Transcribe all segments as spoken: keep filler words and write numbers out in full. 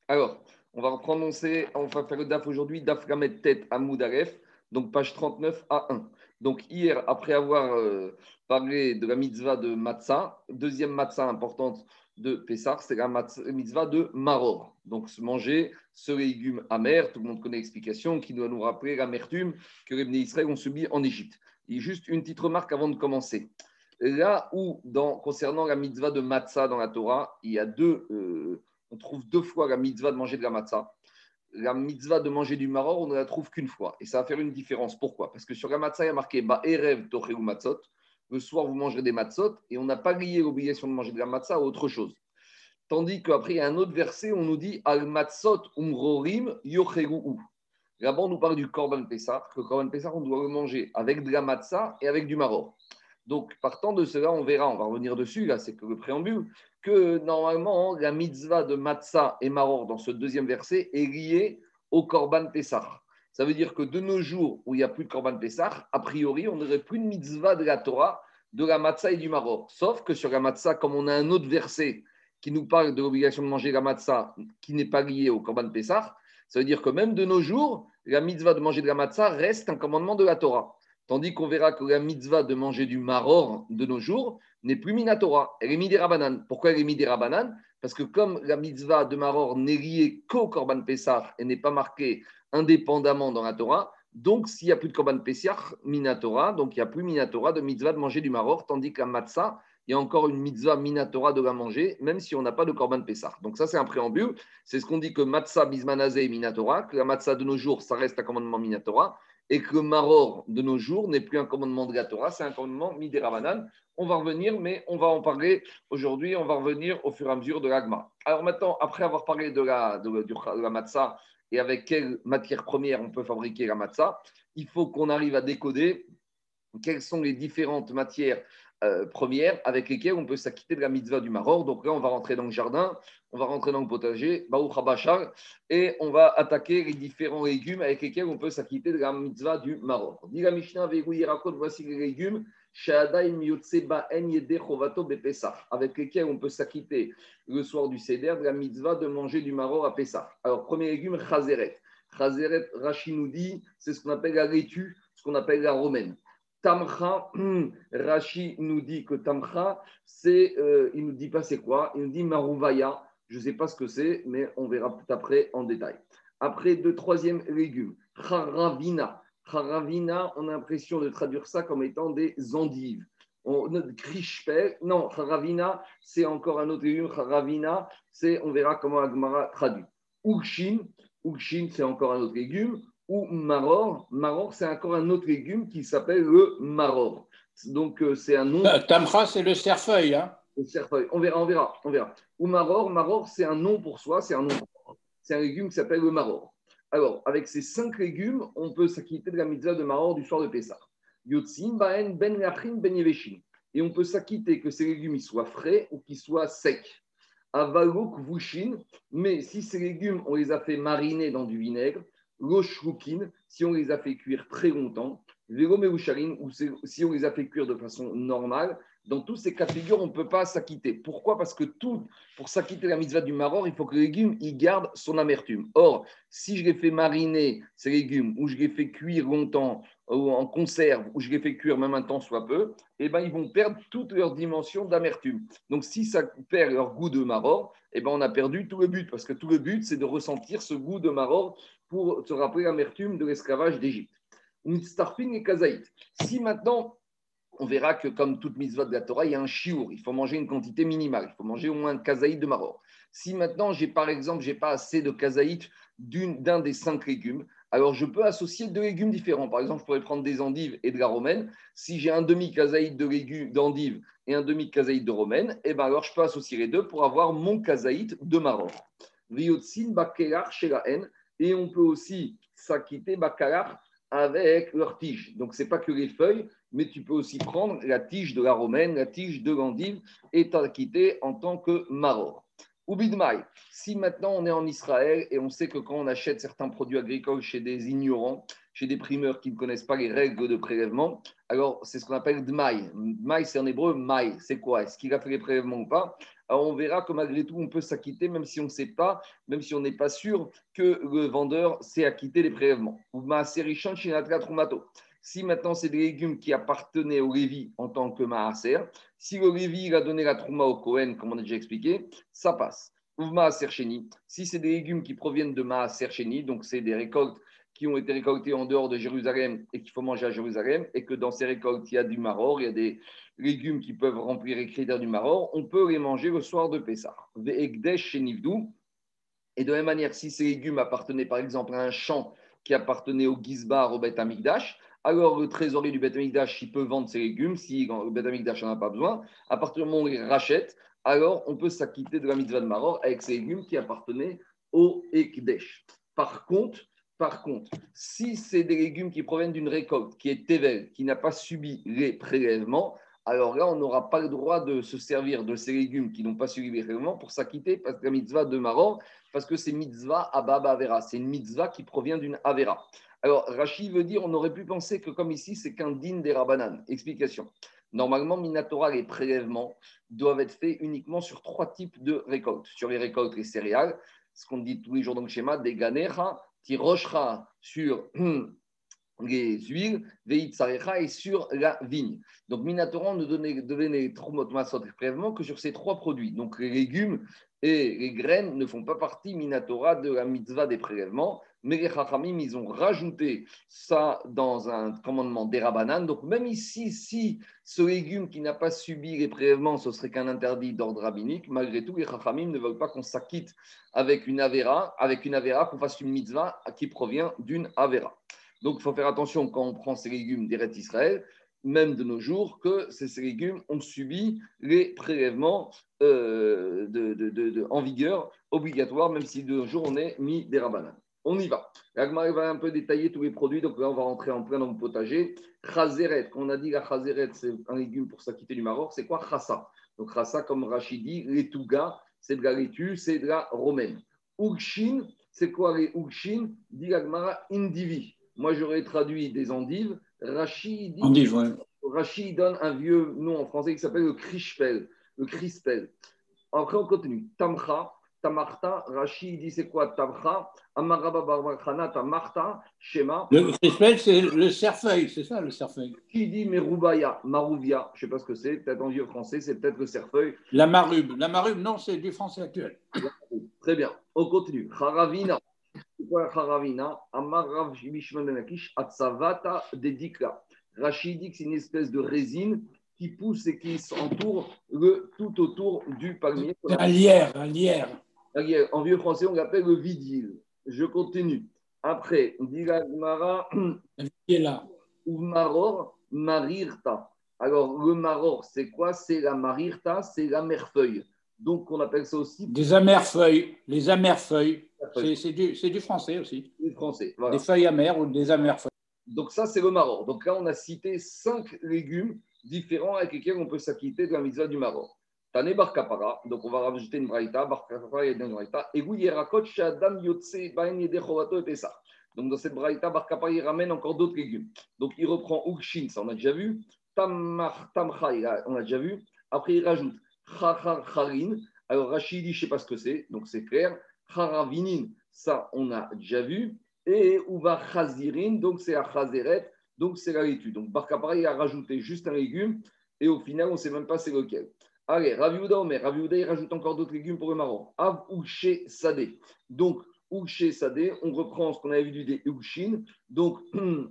Alors, on va reprendre, on, sait, on va faire le D A F aujourd'hui, D A F Lamed Tet Amoud Aleph, donc page trente-neuf à un. Donc hier, après avoir euh, parlé de la mitzvah de Matzah, deuxième Matzah importante de Pessah, c'est la matzah- mitzvah de Maror. Donc se manger ce légume amer, tout le monde connaît l'explication, qui doit nous rappeler l'amertume que les Bnei Israël ont subi en Égypte. Et juste une petite remarque avant de commencer. Là où, dans, concernant la mitzvah de Matzah dans la Torah, il y a deux... euh, on trouve deux fois la mitzvah de manger de la matzah. La mitzvah de manger du maror, on ne la trouve qu'une fois. Et ça va faire une différence. Pourquoi? Parce que sur la matzah, il y a marqué Ba'erev tocheu matzot. Le soir, vous mangerez des matzot. Et on n'a pas lié l'obligation de manger de la matzah à autre chose. Tandis qu'après, il y a un autre verset, on nous dit Al matzot umrorim yocheru'u. Là-bas, on nous parle du korban pessah. Le korban pessah, on doit le manger avec de la matzah et avec du maror. Donc, partant de cela, on verra, on va revenir dessus, là, c'est que le préambule, que normalement, la mitzvah de matzah et maror dans ce deuxième verset est liée au korban pessah. Ça veut dire que de nos jours où il n'y a plus de korban pessah, a priori, on n'aurait plus de mitzvah de la Torah, de la matzah et du maror. Sauf que sur la matzah, comme on a un autre verset qui nous parle de l'obligation de manger la matzah qui n'est pas liée au korban pessah, ça veut dire que même de nos jours, la mitzvah de manger de la matzah reste un commandement de la Torah. Tandis qu'on verra que la mitzvah de manger du maror de nos jours n'est plus minatora, elle est midérabanan. Pourquoi elle est midérabanan? Parce que comme la mitzvah de maror n'est liée qu'au korban Pessah et n'est pas marquée indépendamment dans la Torah, donc s'il n'y a plus de korban Pessah, minatora, donc il n'y a plus minatora de mitzvah de manger du maror, tandis qu'à matzah, il y a encore une mitzvah minatora de la manger, même si on n'a pas de korban Pessah. Donc ça, c'est un préambule. C'est ce qu'on dit que matzah bismanazé est minatora, que la matzah de nos jours, ça reste un commandement minatora, et que le maror de nos jours n'est plus un commandement de la Torah, c'est un commandement midérabanan. On va revenir, mais on va en parler aujourd'hui, on va revenir au fur et à mesure de l'agma. Alors maintenant, après avoir parlé de la, de, de, de la matzah et avec quelle matière première on peut fabriquer la matzah, il faut qu'on arrive à décoder quelles sont les différentes matières euh, premières avec lesquelles on peut s'acquitter de la mitzvah du maror. Donc là, on va rentrer dans le jardin, on va rentrer dans le potager, Baruch Habachar, et on va attaquer les différents légumes avec lesquels on peut s'acquitter de la mitzvah du maror. Dit la Mishnah, Vegoui raconte, voici les légumes, avec lesquels on peut s'acquitter le soir du Seder de la mitzvah de manger du maror à Pessah. Alors, premier légume, chazeret. Chazeret, Rashi nous dit, c'est ce qu'on appelle la laitue, ce qu'on appelle la romaine. Tamcha, Rashi nous dit que Tamcha, c'est, euh, il ne nous dit pas c'est quoi, il nous dit Marouvaya, je ne sais pas ce que c'est, mais on verra tout après en détail. Après, deux troisième légume, Charavina. Charavina, on a l'impression de traduire ça comme étant des endives. On, Krishpel, non, Charavina, c'est encore un autre légume. Charavina, c'est, on verra comment Agmara traduit. Ukshin, Ukshin, c'est encore un autre légume. Ou maror. Maror, c'est encore un autre légume qui s'appelle le maror. Donc, euh, c'est un nom. Tamra, c'est le cerfeuil. Hein. Le cerfeuil. On verra, on verra, on verra. Ou maror. Maror, c'est un nom pour soi, c'est un nom. C'est un légume qui s'appelle le maror. Alors, avec ces cinq légumes, on peut s'acquitter de la mitzvah de maror du soir de Pessah. Yotzim, baen, ben lachin, ben yeveshin. Et on peut s'acquitter que ces légumes ils soient frais ou qu'ils soient secs. Avalok, vushin. Mais si ces légumes, on les a fait mariner dans du vinaigre, Roshrukin, si on les a fait cuire très longtemps, Véloméoucharin, ou si on les a fait cuire de façon normale, dans tous ces cas de figure, on ne peut pas s'acquitter. Pourquoi? Parce que tout, pour s'acquitter de la mitzvah du maror, il faut que le légume il garde son amertume. Or, si je les fais mariner, ces légumes, ou je les fais cuire longtemps, ou en conserve, ou je les fais cuire même un temps soit peu, eh ben, ils vont perdre toute leur dimension d'amertume. Donc, si ça perd leur goût de maror, eh ben, on a perdu tout le but, parce que tout le but, c'est de ressentir ce goût de maror pour se rappeler l'amertume de l'esclavage d'Égypte. Mitztarfin et kazaït. Si maintenant, on verra que comme toute mitzvah de la Torah, il y a un chiour, il faut manger une quantité minimale, il faut manger au moins un kazaït de maror. Si maintenant, j'ai par exemple, j'ai pas assez de kazaït d'un des cinq légumes, alors je peux associer deux légumes différents. Par exemple, je pourrais prendre des endives et de la romaine. Si j'ai un demi-kazaït de légumes d'endives et un demi-kazaït de romaine, eh ben alors je peux associer les deux pour avoir mon kazaït de maror. Viotzin bakelar shelaen. Et on peut aussi s'acquitter bakalar avec leur tige. Donc, ce n'est pas que les feuilles, mais tu peux aussi prendre la tige de la romaine, la tige de l'endive et t'acquitter en tant que maror. Ou bidmaï, si maintenant on est en Israël et on sait que quand on achète certains produits agricoles chez des ignorants, chez des primeurs qui ne connaissent pas les règles de prélèvement, alors c'est ce qu'on appelle dmaï. Dmaï, c'est en hébreu maï. C'est quoi? Est-ce qu'il a fait les prélèvements ou pas? alors on verra que malgré tout, on peut s'acquitter, même si on ne sait pas, même si on n'est pas sûr que le vendeur s'est acquitté des prélèvements. Si maintenant c'est des légumes qui appartenaient au Lévi en tant que maaser, si le Lévi il a donné la trouma au Cohen, comme on a déjà expliqué, ça passe. Ou maaser sheni, si c'est des légumes qui proviennent de maaser sheni, donc c'est des récoltes qui ont été récoltées en dehors de Jérusalem et qu'il faut manger à Jérusalem, et que dans ces récoltes, il y a du maror, il y a des légumes qui peuvent remplir les critères du maror, on peut les manger le soir de Pessah. Ve'ekdesh shenivdu. Et de la même manière, si ces légumes appartenaient par exemple à un champ qui appartenait au Gizbar, au Beth Amikdash, alors le trésorier du Beth Amikdash, il peut vendre ses légumes si le Beth Amikdash n'en a pas besoin. À partir du moment où il rachète, alors on peut s'acquitter de la mitzvah de Maror avec ces légumes qui appartenaient au Ekdesh. Par contre, par contre, si c'est des légumes qui proviennent d'une récolte qui est Tevel, qui n'a pas subi les prélèvements, alors là, on n'aura pas le droit de se servir de ces légumes qui n'ont pas subi les prélèvements pour s'acquitter parce que la mitzvah de Maror, parce que c'est mitzvah ababa avera, c'est une mitzvah qui provient d'une avera. Alors, Rashi veut dire, on aurait pu penser que comme ici, c'est qu'un din des Rabbanan. Explication. Normalement, Minatora, les prélèvements doivent être faits uniquement sur trois types de récoltes. Sur les récoltes, les céréales, ce qu'on dit tous les jours dans le schéma, des ganecha, tirochra sur les huiles, veitzarecha et sur la vigne. Donc, Minatora ne donnait, donnait les trumot masot et prélèvements que sur ces trois produits. Donc, les légumes et les graines ne font pas partie, Minatora, de la mitzvah des prélèvements. Mais les Chachamim, ils ont rajouté ça dans un commandement des Rabbanan. Donc, même ici, si ce légume qui n'a pas subi les prélèvements, ce serait qu'un interdit d'ordre rabbinique, malgré tout, les Chachamim ne veulent pas qu'on s'acquitte avec une Avera, avec une Avera, qu'on fasse une mitzvah qui provient d'une Avera. Donc, il faut faire attention quand on prend ces légumes d'Eretz Israël, même de nos jours, que ces, ces légumes ont subi les prélèvements euh, de, de, de, de, en vigueur obligatoires, même si de nos jours, on est mis des Rabbanan. On y va. L'Agmara va un peu détailler tous les produits. Donc là, on va rentrer en plein dans le potager. Chazeret, qu'on a dit la chazeret, c'est un légume pour s'acquitter du Maroc. C'est quoi chassa? Donc chassa, comme Rachid dit, les touga, c'est de la laitue, c'est de la romaine. Ougshin, c'est quoi les ougshin? Dit l'Agmara, indivi. Moi, j'aurais traduit des endives. Rachid dit, Endive, ouais. Rachid donne un vieux nom en français qui s'appelle le crispel. Le crispel. Après, on continue. Tamcha. Tamarta, Rachid dit c'est quoi Tamcha, Amaraba Barbakhana, Tamarta, Shema. Le crispel, c'est le cerfeuil, c'est ça le cerfeuil. Qui dit Meroubaya, Marouvia, je ne sais pas ce que c'est, peut-être en vieux français, c'est peut-être le cerfeuil. La marube, la marube, non, c'est du français actuel. Très bien, on continue. Haravina, c'est quoi Haravina? Amarav Mishman Benakish, Atsavata Dedikla. Rachid dit que c'est une espèce de résine qui pousse et qui s'entoure le, tout autour du palmier. C'est un lierre, un lierre. En vieux français, on l'appelle le vidil. Je continue. Après, dit la Gemara, ou maror marirta. Alors, le maror, c'est quoi? C'est la marirta, c'est la merfeuille. Donc, on appelle ça aussi. Des amères-feuilles. Les amères-feuilles. C'est, c'est, du, c'est du français aussi. Du français, voilà. Des feuilles amères ou des amères-feuilles. Donc, ça, c'est le maror. Donc, là, on a cité cinq légumes différents avec lesquels on peut s'acquitter de la mitzvah du maror. Tane bar kapara, donc on va rajouter une braïta, bar kapara et une braïta. Et oui, yerakot shadam yotse bain yede chovato et pesa. Donc dans cette braïta, bar kapara, il ramène encore d'autres légumes. Donc il reprend ukshin, ça on a déjà vu. Tamar, tamcha, on a déjà vu. Après il rajoute chachar charin. Alors Rachid dit, je ne sais pas ce que c'est, donc c'est clair. Charavinin, ça on a déjà vu. Et uva chazirin, donc c'est la chazeret, donc c'est la laitue. Donc bar kapara, il a rajouté juste un légume. Et au final, on ne sait même pas c'est lequel. Allez, Rav Yehuda Omer, Rav Yehuda, il rajoute encore d'autres légumes pour le marron. Av Ouché Sadé. Donc, Ouché Sadé, on reprend ce qu'on avait vu des Ouchin. Donc,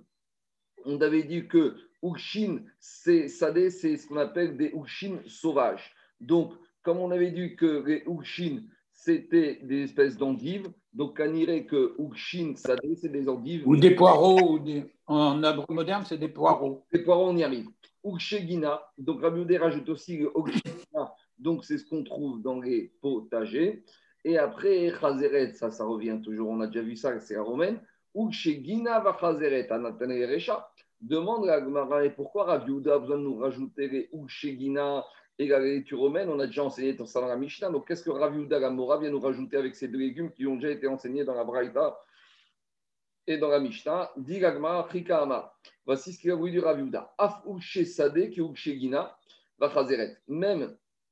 on avait dit que Ouchin, c'est Sadé, c'est ce qu'on appelle des Ouchin sauvages. Donc, comme on avait dit que les Ouchin, c'était des espèces d'endives, donc on dirait que Ouchin Sadé, c'est des endives. Ou des poireaux, ou des... en hébreu moderne, c'est des poireaux. Les poireaux, on y arrive. Ukshegina, donc Rabbi Yehuda rajoute aussi le Ukshegina, donc c'est ce qu'on trouve dans les potagers. Et après, Chazeret, ça, ça revient toujours, on a déjà vu ça, c'est la romaine. Ukshegina va Chazeret, Anatan et Recha. Demande la Gemara, et pourquoi Rabbi Yehuda a besoin de nous rajouter les Ukshegina et la laitue romaine? On a déjà enseigné ça dans la Mishnah. Donc qu'est-ce que Rabbi Yehuda, la Mora, vient nous rajouter avec ces deux légumes qui ont déjà été enseignés dans la Braïta et dans la Mishnah? Dit la Gemara, Chika Amar. Voici ce qu'il a voulu dire Rav Yehuda. Af Uche Sade, qui Uche Gina, va Chazeret. Même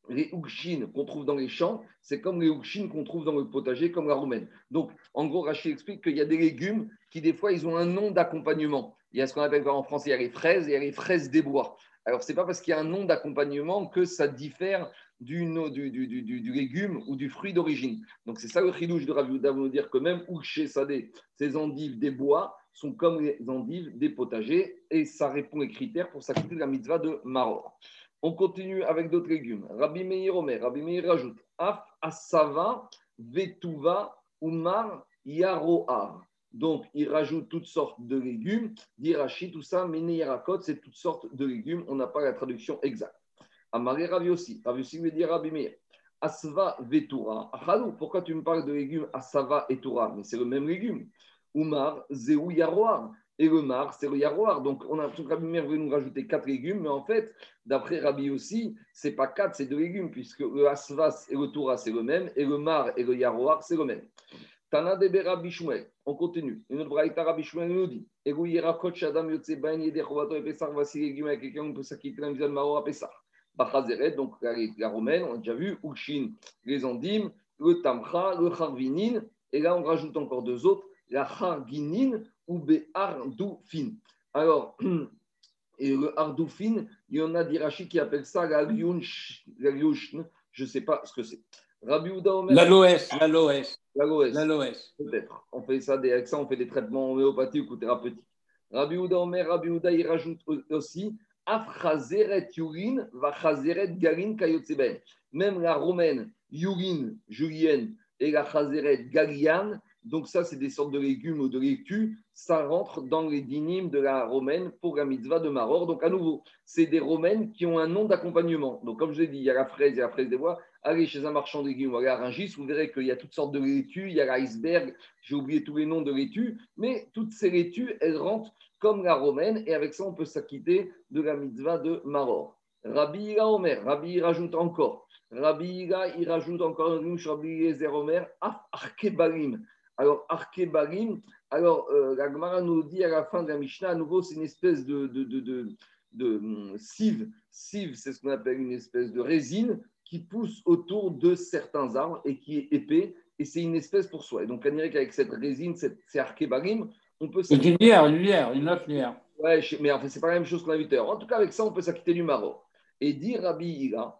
les oukshin qu'on trouve dans les champs, c'est comme les oukshin qu'on trouve dans le potager, comme la roumaine. Donc, en gros, Rachid explique qu'il y a des légumes qui, des fois, ils ont un nom d'accompagnement. Il y a ce qu'on appelle en français, il y a les fraises et il y a les fraises des bois. Alors, ce n'est pas parce qu'il y a un nom d'accompagnement que ça diffère du, du, du, du, du légume ou du fruit d'origine. Donc, c'est ça le chidouche de Rav Yehuda, veut dire que même ouché sadé, ces endives des bois sont comme les endives des potagers et ça répond aux critères pour s'acquitter de la mitzvah de Maror. On continue avec d'autres légumes. Rabbi Meir Omer, Rabbi Meir rajoute Af Asava, Vetuva, Umar, Yaroar. Donc, il rajoute toutes sortes de légumes. D'Irachi, tout ça, Mene Yarakot, c'est toutes sortes de légumes. On n'a pas la traduction exacte. Amaré Ravi aussi. Ravi aussi veut dire Rabbi Meir. Asva, Vetura. Achalou, pourquoi tu me parles de légumes Asava et Tura? Mais c'est le même légume. Umar, Zéou, Yaroar. Et le mar, c'est le yaroar. Donc, on a, Rabbi Meir veut nous rajouter quatre légumes, mais en fait, d'après Rabbi aussi, c'est pas quatre, c'est deux légumes, puisque le asvas et le toura, c'est le même, et le mar et le yaroar, c'est le même. Tana de Rabbi Shmuel, on continue. Une autre braïta, Rabbi Shmuel nous dit Ego Yerakot Shadam Yotse Ben Yede Chovato et Pessar, voici les légumes avec lesquels on peut s'acquitter la mise de Maro à Pessar. Bachazeret, donc la, la romaine, on a déjà vu, Ukshin, les endimes, le tamcha, le charvinin, et là on rajoute encore deux autres, la charginin ou Be'ardoufin. Alors, et le ardoufin, il y en a d'Irachi qui appellent ça la liouchn, je ne sais pas ce que c'est. Rabbi Yehuda Omer. L'aloès, l'aloès. L'aloès. L'aloès. Peut-être. On fait ça, avec ça, on fait des traitements homéopathiques ou thérapeutiques. Rabbi Yehuda Omer, Rabbi Yehuda, il rajoute aussi Afchazeret Yurin, Vachazeret Galin Kayotseben. Même la romaine, Yurin, julienne, et la Chazeret Galian. Donc ça, c'est des sortes de légumes ou de laitues. Ça rentre dans les dynimes de la romaine pour la mitzvah de Maror. Donc à nouveau, c'est des romaines qui ont un nom d'accompagnement. Donc comme je l'ai dit, il y a la fraise et la fraise des bois. Allez chez un marchand de légumes, allez à Rungis, vous verrez qu'il y a toutes sortes de laitues. Il y a l'iceberg, j'ai oublié tous les noms de laitues. Mais toutes ces laitues, elles rentrent comme la romaine. Et avec ça, on peut s'acquitter de la mitzvah de Maror. Rabbi Ira Omer, Rabbi il rajoute encore. Rabbi Ira, il rajoute encore un louche, Rabbi Yezer Omer, Af Arkebarim. Alors, Arkebarim, alors euh, la Gemara nous dit à la fin de la Mishnah, à nouveau, c'est une espèce de, de, de, de, de, de cive. Cive, c'est ce qu'on appelle une espèce de résine qui pousse autour de certains arbres et qui est épais, et c'est une espèce pour soi. Et donc, on dirait qu'avec cette résine, cette, c'est Arkebarim, on peut s'acquitter. C'est une lierre, une lierre, une autre lierre. Ouais, mais en fait, c'est pas la même chose qu'on a vu tout à l'heure. En tout cas, avec ça, on peut s'acquitter du Maror. Et dit Rabbi Ira,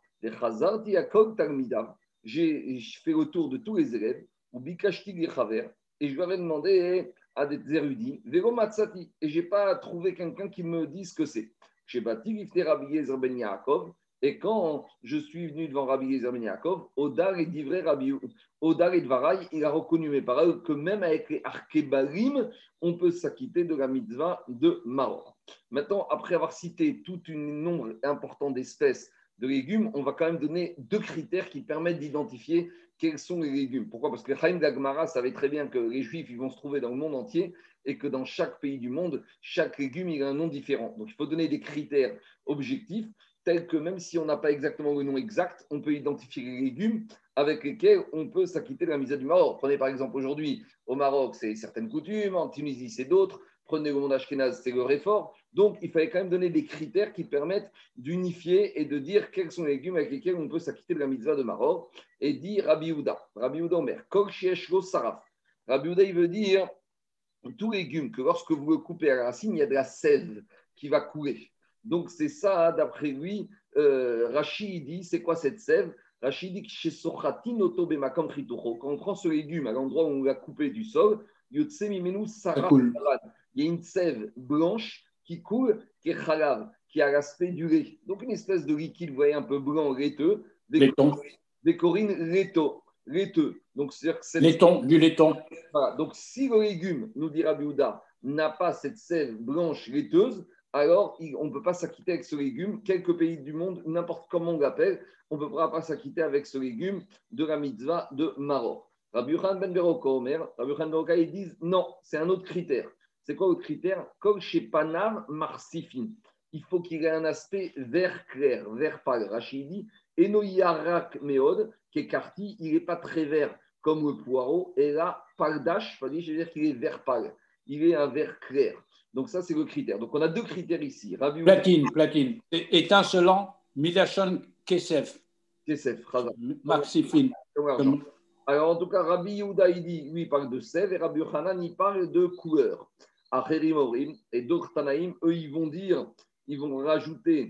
j'ai fait le tour de tous les élèves, ou Bikashti Chaver, et je lui avais demandé à des érudits, Vélo Matsati, et je n'ai pas trouvé quelqu'un qui me dise ce que c'est. J'ai bâti Lifte Rabbi Yezer Ben Yaakov, et quand je suis venu devant Rabbi Yezer Ben Yaakov, Odar et Divrei Rabbi Odar et Dvarai, il a reconnu mes paroles que même avec les Arkebarim, on peut s'acquitter de la mitzvah de Maror. Maintenant, après avoir cité tout un nombre important d'espèces de légumes, on va quand même donner deux critères qui permettent d'identifier quels sont les légumes. Pourquoi ? Parce que Chaim Dagmara savait très bien que les Juifs ils vont se trouver dans le monde entier et que dans chaque pays du monde, chaque légume il a un nom différent. Donc il faut donner des critères objectifs tels que même si on n'a pas exactement le nom exact, on peut identifier les légumes avec lesquels on peut s'acquitter de la mitzvah du Maroc. Prenez par exemple aujourd'hui, au Maroc, c'est certaines coutumes, en Tunisie, c'est d'autres. Prenez le monde ashkénaze, c'est le réfort. Donc, il fallait quand même donner des critères qui permettent d'unifier et de dire quels sont les légumes avec lesquels on peut s'acquitter de la mitzvah de Maror. Et dit Rabbi Yehuda, Rabbi Yehuda Omer, Kol she'eshlo saraf. Rabbi Yehuda, il veut dire tous les légumes que lorsque vous le coupez à la racine, il y a de la sève qui va couler. Donc, c'est ça, d'après lui, euh, Rachid dit, c'est quoi cette sève ? Rachid dit que chez Sochatin Otobema comme Chitocho, quand on prend ce légume à l'endroit où on l'a coupé du sol, Yotse Mimenu Saraf. Il y a une sève blanche qui coule, qui est khalav, qui a l'aspect du lait. Donc une espèce de liquide, vous voyez, un peu blanc, laiteux, des, des corines laiteux. laiteux. Donc, c'est-à-dire que cette... laiton, du laiton. Voilà. Donc si le légume, nous dit Rabbi Yehuda, n'a pas cette sève blanche laiteuse, alors on ne peut pas s'acquitter avec ce légume. Quelques pays du monde, n'importe comment on l'appelle, on ne peut pas s'acquitter avec ce légume de la mitzvah de Maror. Rabbi Yochanan ben Beroka Omer, Rabbi Yochanan ben Beroka, ils disent non, c'est un autre critère. C'est quoi le critère ? Kol chez Panam Marsifin. Il faut qu'il ait un aspect vert clair, vert pâle. Rachid dit Enoyarak Meod, qui est quarti, il n'est pas très vert comme le poireau. Et là, Paldash, c'est-à-dire qu'il est vert pâle. Il est un vert clair. Donc, ça, c'est le critère. Donc, on a deux critères ici. Rabbi platine, platine. Étincelant, Milachon Kesef. Kesef, Raza. Maxifine. Comme... Alors, en tout cas, Rabbi Yehuda, il dit, lui, il parle de sève, et Rabbi Yochanan, il parle de couleur. Acherim Orim, et d'autres Tanaïm, eux, ils vont dire, ils vont rajouter,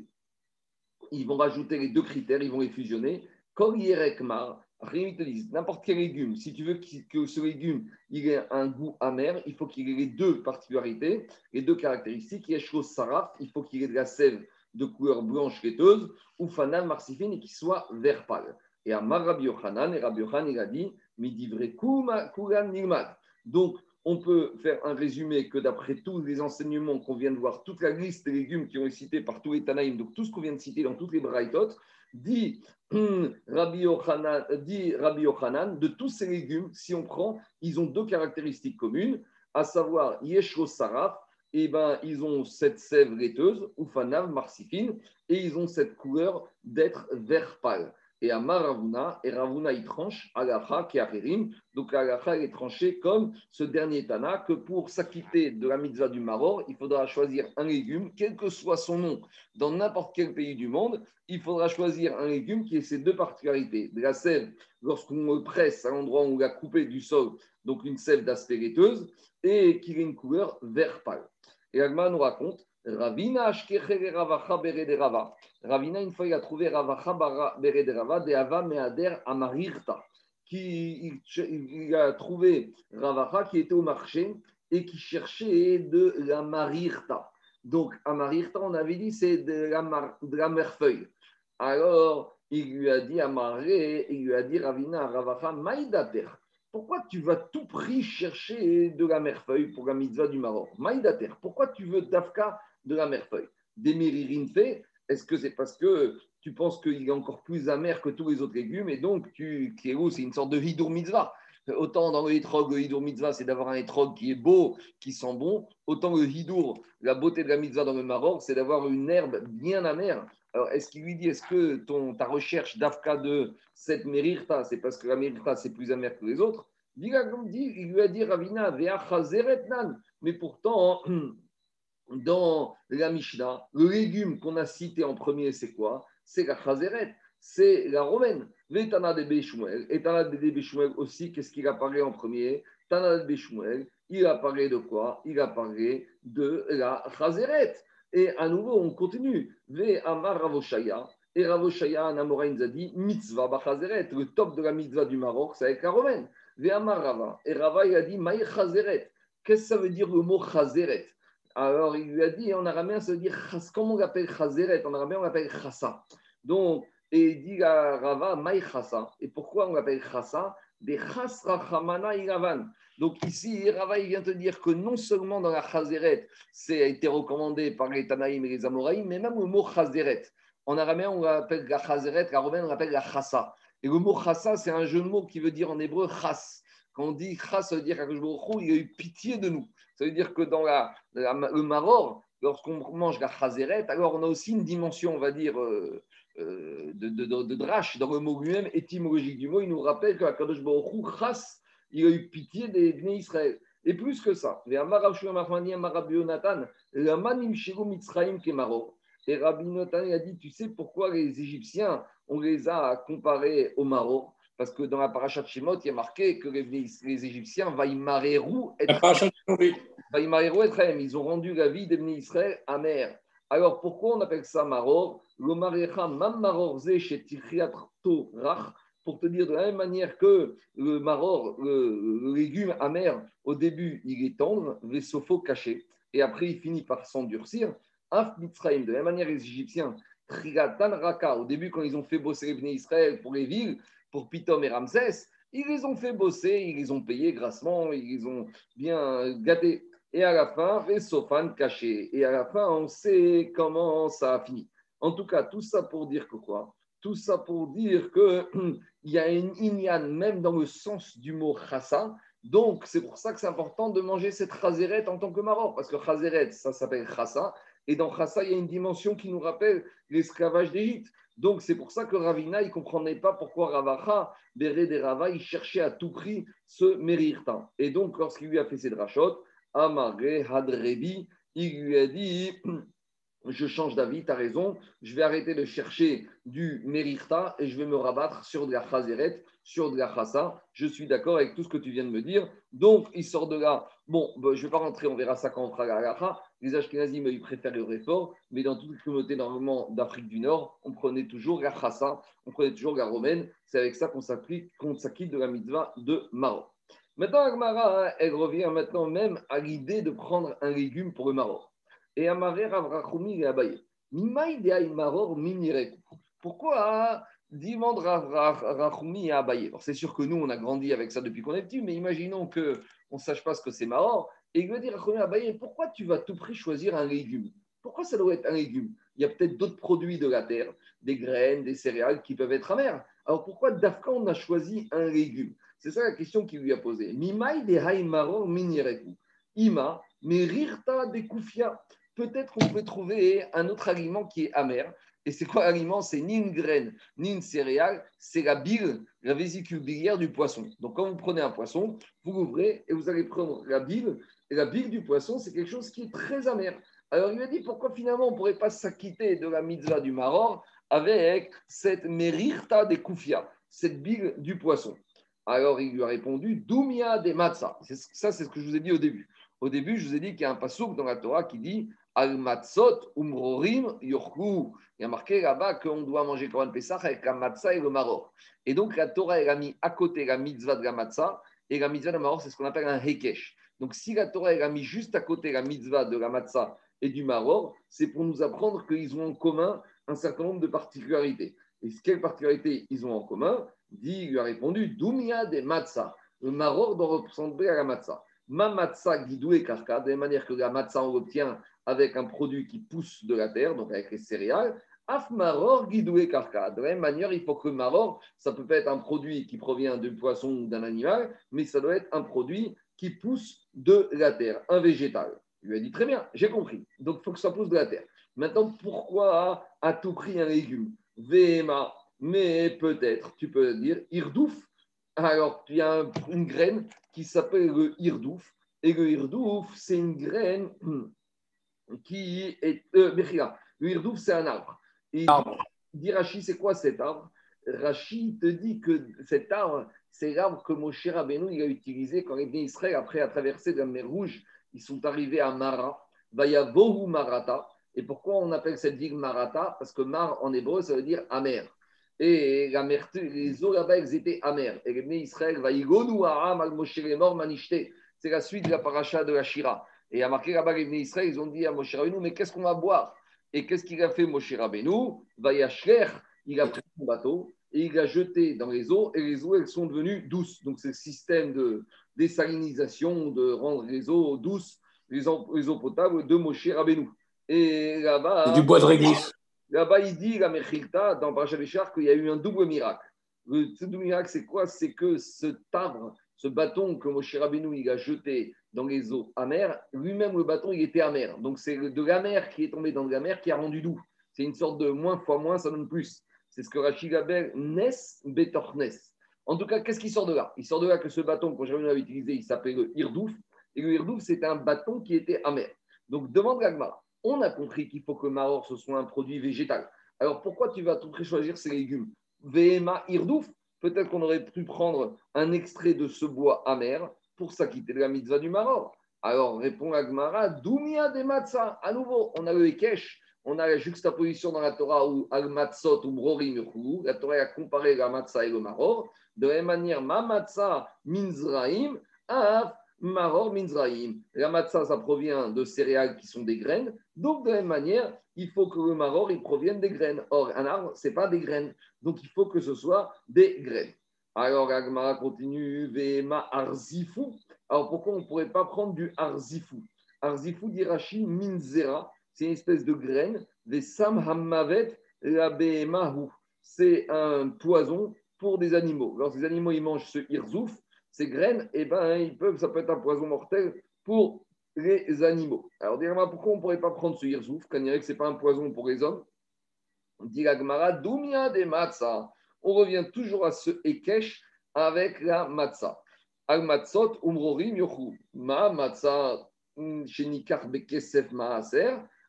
ils vont rajouter les deux critères, ils vont les fusionner. Kol Yerekmar, ils te disent, n'importe quel légume, si tu veux que ce légume il ait un goût amer, il faut qu'il ait les deux particularités, les deux caractéristiques. Yeshro Saraf, il faut qu'il ait de la sève de couleur blanche laiteuse, ou Fanal Marsifine, et qu'il soit vert pâle. Et à Rabbi Yochanan, et Rabbi Yochanan, il a dit, Midivre Kulan Nilmad. Donc, on peut faire un résumé que d'après tous les enseignements qu'on vient de voir, toute la liste des légumes qui ont été cités par tous les Tanaïm, donc tout ce qu'on vient de citer dans toutes les Braïtot, dit Rabbi Yochanan, dit Rabbi Yochanan, de tous ces légumes, si on prend, ils ont deux caractéristiques communes, à savoir Yeshro Saraf, et ben, ils ont cette sève laiteuse, Ufanav Marsifine, et ils ont cette couleur d'être vert pâle. Et à Maravuna, et Ravuna il tranche, Alacha qui Acherim, donc Alacha est tranché comme ce dernier Tana, que pour s'acquitter de la mitzvah du Maror, il faudra choisir un légume, quel que soit son nom, dans n'importe quel pays du monde, il faudra choisir un légume qui ait ces deux particularités. De la sève, lorsqu'on le presse à l'endroit où on l'a coupé du sol, donc une sève d'aspect laiteuse, et qu'il ait une couleur vert pâle. Et Agma nous raconte, Ravina Ashkechere Ravacha Bered Rava. Ravina, une fois, il a trouvé Ravacha Bered Rava de Ava Meader Amarirta. Qui, il, il a trouvé Ravacha qui était au marché et qui cherchait de la Marirta. Donc, Amarirta, on avait dit, c'est de la, mar, de la merfeuille. Alors, il lui a dit Amaré, il lui a dit Ravina Ravacha Maïdater. Pourquoi tu vas tout prix chercher de la merfeuille pour la mitzvah du Maroc? Maïdater, pourquoi tu veux Dafka de la merfeuille? Des méririn fait, est-ce que c'est parce que tu penses qu'il est encore plus amer que tous les autres légumes et donc tu, Kéhou, c'est une sorte de hidour mitzvah? Autant dans le hitrog, le hidour mitzvah, c'est d'avoir un hitrog qui est beau, qui sent bon. Autant le hidour, la beauté de la mitzvah dans le Maroc, c'est d'avoir une herbe bien amère. Alors, est-ce qu'il lui dit, est-ce que ton, ta recherche d'Afka de cette mérirta, c'est parce que la mérirta, c'est plus amer que les autres? Il lui a dit, Ravina, mais pourtant, dans la Mishnah, le légume qu'on a cité en premier, c'est quoi? C'est la chazeret, c'est la romaine. Les Tana de Béchouel, et Tana de Béchouel aussi, qu'est-ce qu'il apparaît en premier? Tana de Béchouel, il apparaît de quoi? Il apparaît de la chazeret. Et à nouveau, on continue. Ve Amar Ravoshaya, et Ravoshaya, un Amoraïn nous a dit, mitzvah bachazeret, le top de la mitzvah du Maroc, c'est avec la romaine. Ve Amar Rava, et Rava, il a dit, maï chazeret. Qu'est-ce que ça veut dire le mot chazeret? Alors, il lui a dit, en araméen, ça veut dire, comment on l'appelle chazeret? En araméen, on l'appelle chassa. Donc, et il dit à Rava, maï chassa. Et pourquoi on l'appelle chassa? Des chas rachamana ilavan. Donc, ici, Rava, il vient te dire que non seulement dans la chazeret, c'est a été recommandé par les Tanaïm et les Amoraïm, mais même le mot chazeret. En araméen, on l'appelle la chazeret, la romaine, on l'appelle la chassa. Et le mot chassa, c'est un jeu de mots qui veut dire en hébreu chas. Quand on dit chas, ça veut dire qu'il a eu pitié de nous. Ça veut dire que dans la, la, le maror, lorsqu'on mange la chazeret, alors on a aussi une dimension, on va dire, euh, euh, de, de, de, de drache dans le mot lui-même, étymologique du mot. Il nous rappelle que la Kadosh Baruch Hu, chas, il a eu pitié des Bnei Israël. Et plus que ça, et Rabbi Natan a dit, tu sais pourquoi les Égyptiens, on les a comparés au Maroc? Parce que dans la paracha de Shemot, il y a marqué que les, les Égyptiens, Vaïmareru et Etrem, ils ont rendu la vie des Bnei Israël amère. Alors pourquoi on appelle ça Maror? Le Marecha Mam Maror Ze chez Tichiato Rach, pour te dire de la même manière que le maror, le, le légume amer, au début, il est tendre, vesofo caché, et après, il finit par s'endurcir. Af Mitzraïm, de la même manière, les Égyptiens, Trigatan Raka, au début, quand ils ont fait bosser les Bnei Israël pour les villes, pour Pitom et Ramsès, ils les ont fait bosser, ils les ont payés grassement, ils les ont bien gâtés. Et à la fin, vesofan caché. Et à la fin, on sait comment ça a fini. En tout cas, tout ça pour dire que quoi? Tout ça pour dire qu'il y a une inyan même dans le sens du mot chassa. Donc, c'est pour ça que c'est important de manger cette chazeret en tant que maror. Parce que chazeret, ça s'appelle chassa. Et dans chassa, il y a une dimension qui nous rappelle l'esclavage d'Égypte. Donc, c'est pour ça que Ravina, il ne comprenait pas pourquoi Ravacha, Béré des Rava, il cherchait à tout prix ce mérirta. Et donc, lorsqu'il lui a fait ses drachot, Amaré Hadrebi, il lui a dit... je change d'avis, tu as raison, je vais arrêter de chercher du Merirta et je vais me rabattre sur de la Chazeret, sur de la Chassa. Je suis d'accord avec tout ce que tu viens de me dire. Donc, il sort de là. Bon, ben, je ne vais pas rentrer, on verra ça quand on fera la halacha. Les Ashkenazim, ils préfèrent le réfort, mais dans toutes les communautés, normalement, d'Afrique du Nord, on prenait toujours la Chassa, on prenait toujours la romaine. C'est avec ça qu'on s'applique, qu'on s'acquitte de la mitzvah de Maroc. Maintenant, Agmara, elle revient maintenant même à l'idée de prendre un légume pour le Maroc. Et Amaré Ravrachumi et Abaye. Mimaï de Aïmaror Minireku. Pourquoi demande Ravrachumi et Abaye? Alors, c'est sûr que nous, on a grandi avec ça depuis qu'on est petit, mais imaginons qu'on ne sache pas ce que c'est Maror. Et il veut dire Rachumi et Abaye, pourquoi tu vas tout prix choisir un légume? Pourquoi ça doit être un légume? Il y a peut-être d'autres produits de la terre, des graines, des céréales qui peuvent être amers. Alors pourquoi d'Afka on a choisi un légume? C'est ça la question qu'il lui a posée. Mimaï de Haïmaror Minireku. Ima, Merirta de Koufia. Peut-être qu'on peut trouver un autre aliment qui est amer. Et c'est quoi l'aliment? C'est ni une graine, ni une céréale, c'est la bile, la vésicule biliaire du poisson. Donc quand vous prenez un poisson, vous l'ouvrez et vous allez prendre la bile. Et la bile du poisson, c'est quelque chose qui est très amer. Alors il a dit, pourquoi finalement on ne pourrait pas s'acquitter de la mitzvah du maror avec cette merirta des koufia, cette bile du poisson? Alors il lui a répondu, Doumia des matzah. Ça, c'est ce que je vous ai dit au début. Au début, je vous ai dit qu'il y a un passouk dans la Torah qui dit Al-matzot umrorim yorku. Il y a marqué là-bas qu'on doit manger Korban Pessah avec la matzah et le maror. Et donc la Torah, elle a mis à côté la mitzvah de la matzah et la mitzvah de la maror, c'est ce qu'on appelle un hekesh. Donc si la Torah, elle a mis juste à côté la mitzvah de la matzah et du maror, c'est pour nous apprendre qu'ils ont en commun un certain nombre de particularités. Et quelles particularités ils ont en commun? Dit, il lui a répondu Doumia des matzah. Le maror doit ressembler à la matzah. Ma matzah guidoué karka, de la manière que la matzah on l'obtient avec un produit qui pousse de la terre, donc avec les céréales. Af maror guidoué karka. De la même manière, il faut que le maror, ça peut pas être un produit qui provient du poisson ou d'un animal, mais ça doit être un produit qui pousse de la terre, un végétal. Il lui a dit très bien, j'ai compris. Donc il faut que ça pousse de la terre. Maintenant, pourquoi à tout prix un légume? Véhéma, mais peut-être, tu peux dire, irdouf. Alors, il y a un, une graine qui s'appelle le hirdouf. Et le hirdouf, c'est une graine qui est. Euh, le hirdouf, c'est un arbre. Et il dit, dit Rachi, c'est quoi cet arbre? Rachi te dit que cet arbre, c'est l'arbre que Moshe Rabbeinu il a utilisé quand les Bnei Israël, après à traverser la mer Rouge, ils sont arrivés à Mara. Vayavohu Marata. Et pourquoi on appelle cette ville Marata? Parce que Mar en hébreu, ça veut dire amer. Et la mer, les eaux là-bas, elles étaient amères. Et les Bnei Israël, Vaïgonu Aram al Moshe Lemor Manishte. C'est la suite de la paracha de la Shira. Et à marqué là-bas, les Bnei Israël, ils ont dit à Moshe Rabbeinu, mais qu'est-ce qu'on va boire? Et qu'est-ce qu'il a fait, Moshe Rabbeinu? Vayashler, il a pris son bateau et il l'a jeté dans les eaux. Et les eaux, elles sont devenues douces. Donc, c'est le système de désalinisation, de rendre les eaux douces, les eaux, les eaux potables de Moshe Rabbeinu. Et là-bas. C'est du bois de réglisse. Là-bas, il dit, la Mechilta, dans Parashat Béchar, qu'il y a eu un double miracle. Le double miracle, c'est quoi? C'est que cet arbre, ce bâton que Moshe Rabbeinu il a jeté dans les eaux amères, lui-même, le bâton, il était amer. Donc, c'est de la mer qui est tombé dans de la mer qui a rendu doux. C'est une sorte de moins fois moins, ça donne plus. C'est ce que Rachid appelle Nes Betornes. En tout cas, qu'est-ce qui sort de là? Il sort de là que ce bâton que Moshe Rabbeinu avait utilisé, il s'appelait le Hirdouf. Et le Hirdouf, c'était un bâton qui était amer. Donc, demande l'Agmara. On a compris qu'il faut que Maror, ce soit un produit végétal. Alors, pourquoi tu vas tout prix choisir ces légumes? Véhéma, Irdouf, peut-être qu'on aurait pu prendre un extrait de ce bois amer pour s'acquitter de la mitzvah du Maror. Alors, répond Agmara, Doumia des matzah. À nouveau, on a le Ekech, on a la juxtaposition dans la Torah où Al-Matzot ou Brorim, la Torah a comparé la matzah et le Maror. De la même manière, Ma matzah minzraim, Af. Maror Minzraim. La matzah, ça provient de céréales qui sont des graines. Donc, de la même manière, il faut que le maror, il provienne des graines. Or, un arbre, ce n'est pas des graines. Donc, il faut que ce soit des graines. Alors, Agmara continue. Vema arzifou. Alors, pourquoi on ne pourrait pas prendre du arzifou? Arzifou d'Irachi minzera. C'est une espèce de graine. Des sam hammavet la behemahu. C'est un poison pour des animaux. Lorsque les animaux ils mangent ce irzouf, ces graines, eh ben, ils peuvent, ça peut être un poison mortel pour les animaux. Alors, dis-moi, pourquoi on ne pourrait pas prendre ce hirzouf, quand il dirait que ce n'est pas un poison pour les hommes? On dit la Gemara, Doumia des matzah. On revient toujours à ce Ekech avec la matzah. Al matzot umrorim yochou. Ma matzah shenikar bekesef maaser.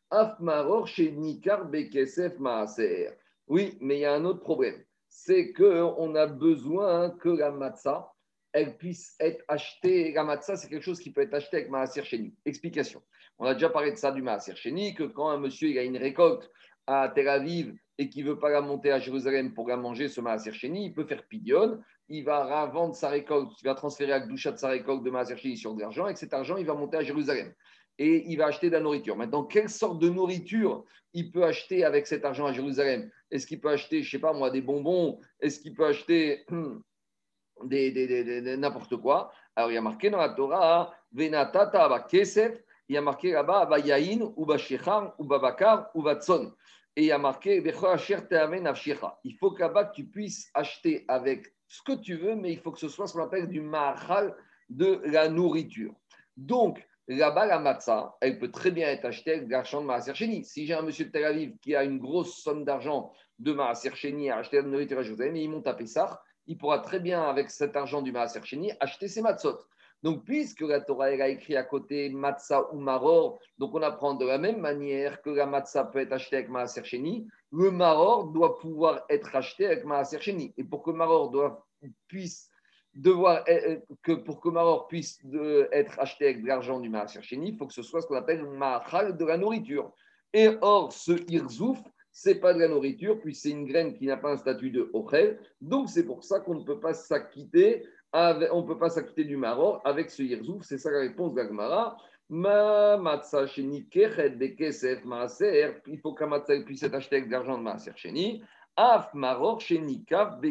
Af maror chez Nikar Bekesef Maaser. Oui, mais il y a un autre problème. C'est qu'on a besoin que la matzah, elle puisse être achetée. La matzah, c'est quelque chose qui peut être acheté avec Maaser Sheni. Explication. On a déjà parlé de ça du Maaser Sheni, que quand un monsieur il a une récolte à Tel Aviv et qui ne veut pas la monter à Jérusalem pour la manger, ce Maaser Sheni, il peut faire pidion. Il va vendre sa récolte, il va transférer la doucha de sa récolte de Maaser Sheni sur de l'argent. Et cet argent, il va monter à Jérusalem. Et il va acheter de la nourriture. Maintenant, quelle sorte de nourriture il peut acheter avec cet argent à Jérusalem? Est-ce qu'il peut acheter, je ne sais pas moi, des bonbons? Est-ce qu'il peut acheter des, des, des, des, des, n'importe quoi? Alors, il y a marqué dans la Torah, Venatata ba kesef, il y a marqué là-bas, ba yain, ou ba shechar, ou ba bakar, ou ba tson. Et il y a marqué, il faut que là-bas, tu puisses acheter avec ce que tu veux, mais il faut que ce soit ce qu'on appelle du mahal, de la nourriture. Donc, là-bas, la matzah, elle peut très bien être achetée avec de l'argent de Maaser Sheni. Si j'ai un monsieur de Tel Aviv qui a une grosse somme d'argent de Maaser Sheni à acheter de la nourriture à Jérusalem et il monte à Pessah, il pourra très bien, avec cet argent du Maaser Sheni, acheter ses matzot. Donc, puisque la Torah elle a écrit à côté matzah ou maror, donc on apprend de la même manière que la matzah peut être achetée avec Maaser Sheni, le maror doit pouvoir être acheté avec Maaser Sheni. Et pour que maror doit, puisse devoir que pour que Maror puisse de, être acheté avec de l'argent du Maaser Sheni, il faut que ce soit ce qu'on appelle Mahal, de la nourriture. Et or, ce Irzouf, ce n'est pas de la nourriture, puis c'est une graine qui n'a pas un statut de Ochel. Donc, c'est pour ça qu'on ne peut pas s'acquitter, avec, on ne peut pas s'acquitter du Maror avec ce Irzouf. C'est ça la réponse d'Agmara. Ma matzah sheni kechet bekesef maaser. Il faut qu'un matzah puisse être acheté avec de l'argent de Maaser Sheni. Af maror shenikar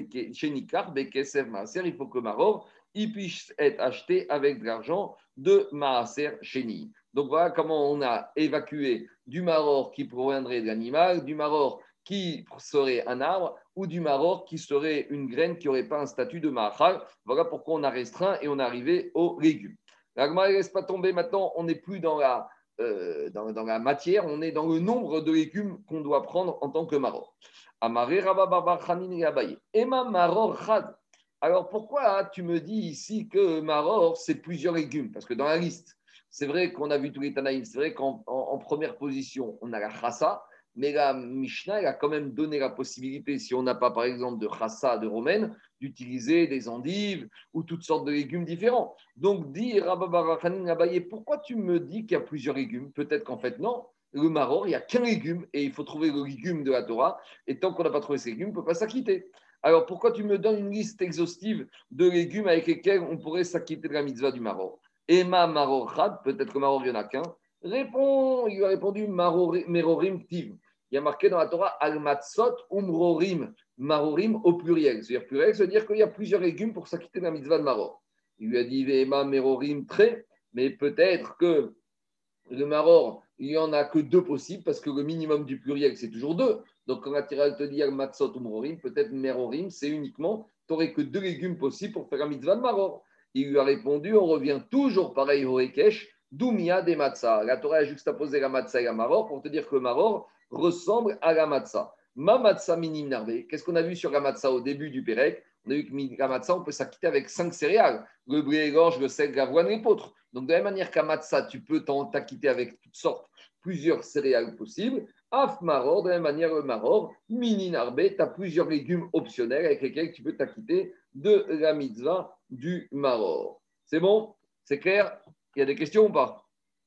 bekesef maaser. Il faut que maror il puisse être acheté avec de l'argent de Maaser Sheni. Donc voilà comment on a évacué du maror qui proviendrait de l'animal, du maror qui serait un arbre ou du maror qui serait une graine qui n'aurait pas un statut de mahal. Voilà pourquoi on a restreint et on est arrivé aux légumes. L'agma ne laisse pas tomber maintenant, on n'est plus dans la, euh, dans, dans la matière, on est dans le nombre de légumes qu'on doit prendre en tant que maror. Amaré Rabba Chanin et Abaye. Emma Maror Chad. Alors pourquoi tu me dis ici que Maror, c'est plusieurs légumes? Parce que dans la liste, c'est vrai qu'on a vu tous les Tanaïm, c'est vrai qu'en en, en première position, on a la Chassa, mais la Mishnah, elle a quand même donné la possibilité, si on n'a pas par exemple de Chassa de romaine, d'utiliser des endives ou toutes sortes de légumes différents. Donc, dit Rabba Chanin et Abaye, pourquoi tu me dis qu'il y a plusieurs légumes? Peut-être qu'en fait, non. Le maror, il n'y a qu'un légume et il faut trouver le légume de la Torah. Et tant qu'on n'a pas trouvé ce légume, on ne peut pas s'acquitter. Alors pourquoi tu me donnes une liste exhaustive de légumes avec lesquels on pourrait s'acquitter de la mitzvah du maror? Emma maror chad, peut-être que maror, il n'y en a qu'un. Réponds, il lui a répondu merorim tiv. Il y a marqué dans la Torah al-matzot umrorim, marorim au pluriel. C'est-à-dire pluriel, ça veut dire qu'il y a plusieurs légumes pour s'acquitter de la mitzvah de maror. Il lui a dit Emma merorim très, mais peut-être que le maror, il n'y en a que deux possibles parce que le minimum du pluriel, c'est toujours deux. Donc, quand la tirade te dit matzot ou merorim, peut-être merorim, c'est uniquement, tu n'aurais que deux légumes possibles pour faire la mitzvah de maror. Il lui a répondu, on revient toujours pareil au Hekesh, Doumia des matzah. La Torah a juxtaposé la matzah et la maror pour te dire que le maror ressemble à la matzah. Ma matzah minim narvé. Qu'est-ce qu'on a vu sur la matzah au début du Pérec? On a vu que la matzah, on peut s'acquitter avec cinq céréales, le blé, l'orge, le sel, l'avoine et l'épeautre. Donc, de la même manière qu'à matzah, tu peux t'acquitter avec toutes sortes, plusieurs céréales possibles. Af maror, de la même manière, le maror, mini narbé, tu as plusieurs légumes optionnels avec lesquels tu peux t'acquitter de la mitzvah du maror. C'est bon? C'est clair? Il y a des questions ou pas?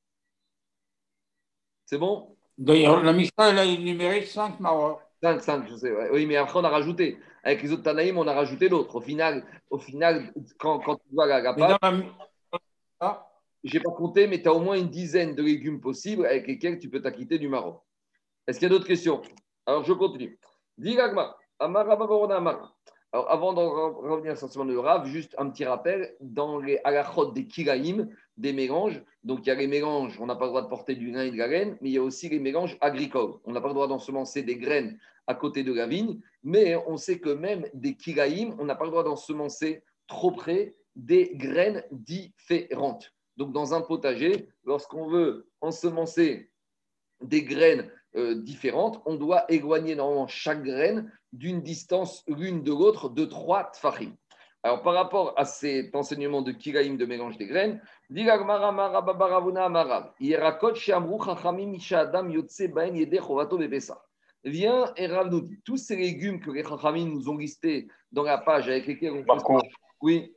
C'est bon? D'ailleurs, la Mishnah, elle a énuméré cinq maror. cinq, cinq, je sais. Ouais. Oui, mais après, on a rajouté. Avec les autres Tanaïm, on a rajouté l'autre. Au final, au final quand, quand tu vois la, la pâte, ah. je n'ai pas compté, mais tu as au moins une dizaine de légumes possibles avec lesquels tu peux t'acquitter du marron. Est-ce qu'il y a d'autres questions? Alors, je continue. Diragma, Amarababorona Amara. Alors, avant de revenir sur ce moment de Rav, juste un petit rappel, dans les halachot des kiraïm, des mélanges, donc il y a les mélanges, on n'a pas le droit de porter du lin et de la laine, mais il y a aussi les mélanges agricoles. On n'a pas le droit d'ensemencer des graines à côté de la vigne, mais on sait que même des kiraïm, on n'a pas le droit d'ensemencer trop près des graines différentes. Donc, dans un potager, lorsqu'on veut ensemencer des graines euh, différentes, on doit éloigner normalement chaque graine d'une distance l'une de l'autre de trois tfachim. Alors, par rapport à cet enseignement de Kiraïm de mélange des graines, dit l'Agmara, Mara, Babaravuna, Amarav, Yerakot, Shamru, Chachamim, Misha, Adam, Yotse, Baen, Yede, Chovato, Bepesa. Viens et Rav nous dit, tous ces légumes que les Chachamim nous ont listés dans la page avec lesquels on peut... Par contre, oui.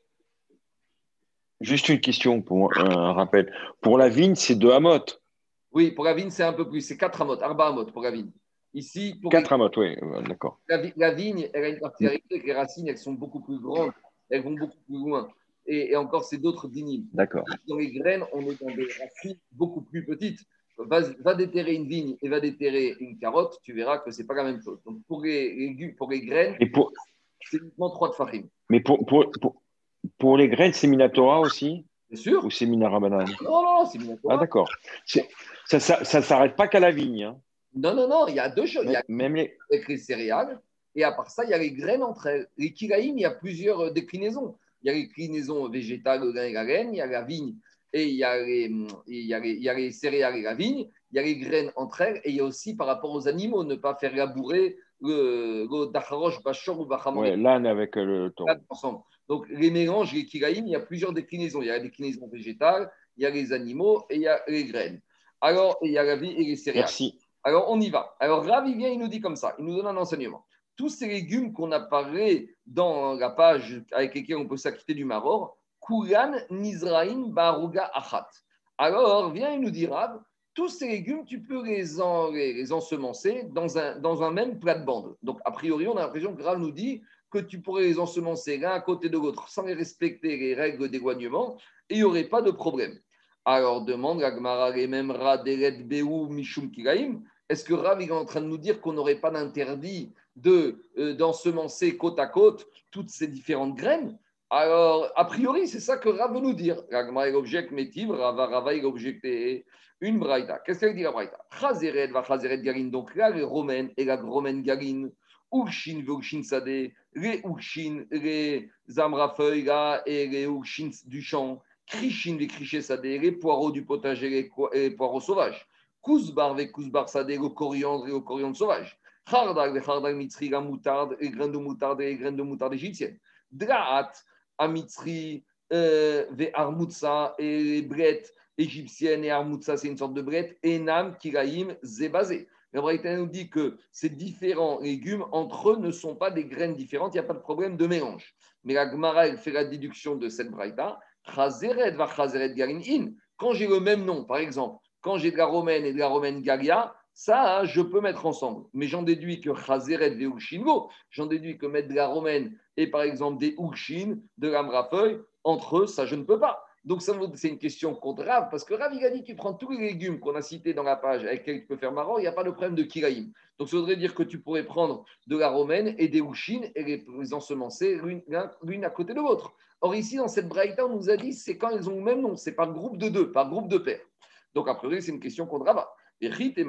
juste une question pour un rappel. Pour la vigne, c'est deux amotes. Oui, pour la vigne, c'est un peu plus. C'est quatre amotes, arba amotes pour la vigne. Ici, pour quatre les... amotes, oui, d'accord. La, la vigne, elle a une particularité que les racines, elles sont beaucoup plus grandes, elles vont beaucoup plus loin. Et, et encore, c'est d'autres dynimes. D'accord. Dans les graines, on est dans des racines beaucoup plus petites. Va, va déterrer une vigne et va déterrer une carotte, tu verras que ce n'est pas la même chose. Donc, pour les, les, pour les graines, et pour... c'est uniquement trois de farine. Mais pour, pour, pour, pour les graines, c'est Minatora aussi? C'est sûr. Ou c'est Minarabanan? Non, non, non, c'est Minatora. Ah, d'accord. C'est, ça ne ça, ça s'arrête pas qu'à la vigne. Hein. Non, non, non, il y a deux choses. Mais, il y a même les... avec les céréales, et à part ça, il y a les graines entre elles. Les kiraïm, il y a plusieurs déclinaisons. Il y a les déclinaisons végétales, le grain et la laine, il y a la vigne, et il y a les, il y a les, il y a les céréales et la vigne, il y a les graines entre elles, et il y a aussi par rapport aux animaux, ne pas faire labourer le, le dacharosh, bachor ou bachamor. Ouais, l'âne avec le taureau. Donc, les mélanges, les kiraïm, il y a plusieurs déclinaisons. Il y a la déclinaison végétale, il y a les animaux, et il y a les graines. Alors, il y a la vie et les céréales. Merci. Alors, on y va. Alors, Rav, il vient, il nous dit comme ça. Il nous donne un enseignement. Tous ces légumes qu'on a parlé dans la page avec lesquels on peut s'acquitter du maror, Kulan, Nizraïn, Baruga, Achat. Alors, vient, il nous dit, Rav, tous ces légumes, tu peux les, en, les, les ensemencer dans un, dans un même plate-bande. Donc, a priori, on a l'impression que Rav nous dit que tu pourrais les ensemencer l'un à côté de l'autre sans les respecter les règles d'éloignement et il n'y aurait pas de problème. Alors, demande la Gemara, les mêmes Raderet, Beou, Mishum, Kiraïm. Est-ce que Rav est en train de nous dire qu'on n'aurait pas d'interdit de, euh, d'ensemencer côte à côte toutes ces différentes graines? Alors, a priori, c'est ça que Rav veut nous dire. Ragma est objecte métiv, Rava, Rava est objecté une braïta. Qu'est-ce qu'elle dit la braïta? Chazeret va chazeret garin. Donc là, les romaines et la romaine garin, Urshin v'Urshin sade, les Urshin, les zamrafeuilles là et les Urshin du champ, Krishin les crichés sade, les poireaux du potager, les, les poireaux sauvages. Kousbar ve kousbar sadé, le coriandre et le coriandre sauvage. Khardag ve khardag mitzri, la moutarde, les graines de moutarde et les graines de moutarde égyptienne. Draat, amitzri, euh, ve armoutsa et les brettes égyptiennes et armoutsa, c'est une sorte de brette. Enam, kiraïm, zébazé. La Braïta nous dit que ces différents légumes, entre eux, ne sont pas des graines différentes, il n'y a pas de problème de mélange. Mais la Gemara, elle fait la déduction de cette Braïta. Chazeret va chazeret garin in. Quand j'ai le même nom, par exemple, quand j'ai de la romaine et de la romaine galia, ça, hein, je peux mettre ensemble. Mais j'en déduis que chazeret ve ukshingo, j'en déduis que mettre de la romaine et par exemple des ukshin, de l'amrafeuille, entre eux, ça, je ne peux pas. Donc, ça, c'est une question contre Rav, parce que Rav, il a dit tu prends tous les légumes qu'on a cités dans la page avec lesquels tu peux faire maror, il n'y a pas de problème de kiraïm. Donc, ça voudrait dire que tu pourrais prendre de la romaine et des ukshin et les ensemencer l'une, l'une à côté de l'autre. Or, ici, dans cette braïta, on nous a dit c'est quand ils ont le même nom, c'est par groupe de deux, par groupe de pairs. Donc, a priori, c'est une question contre Rav. Et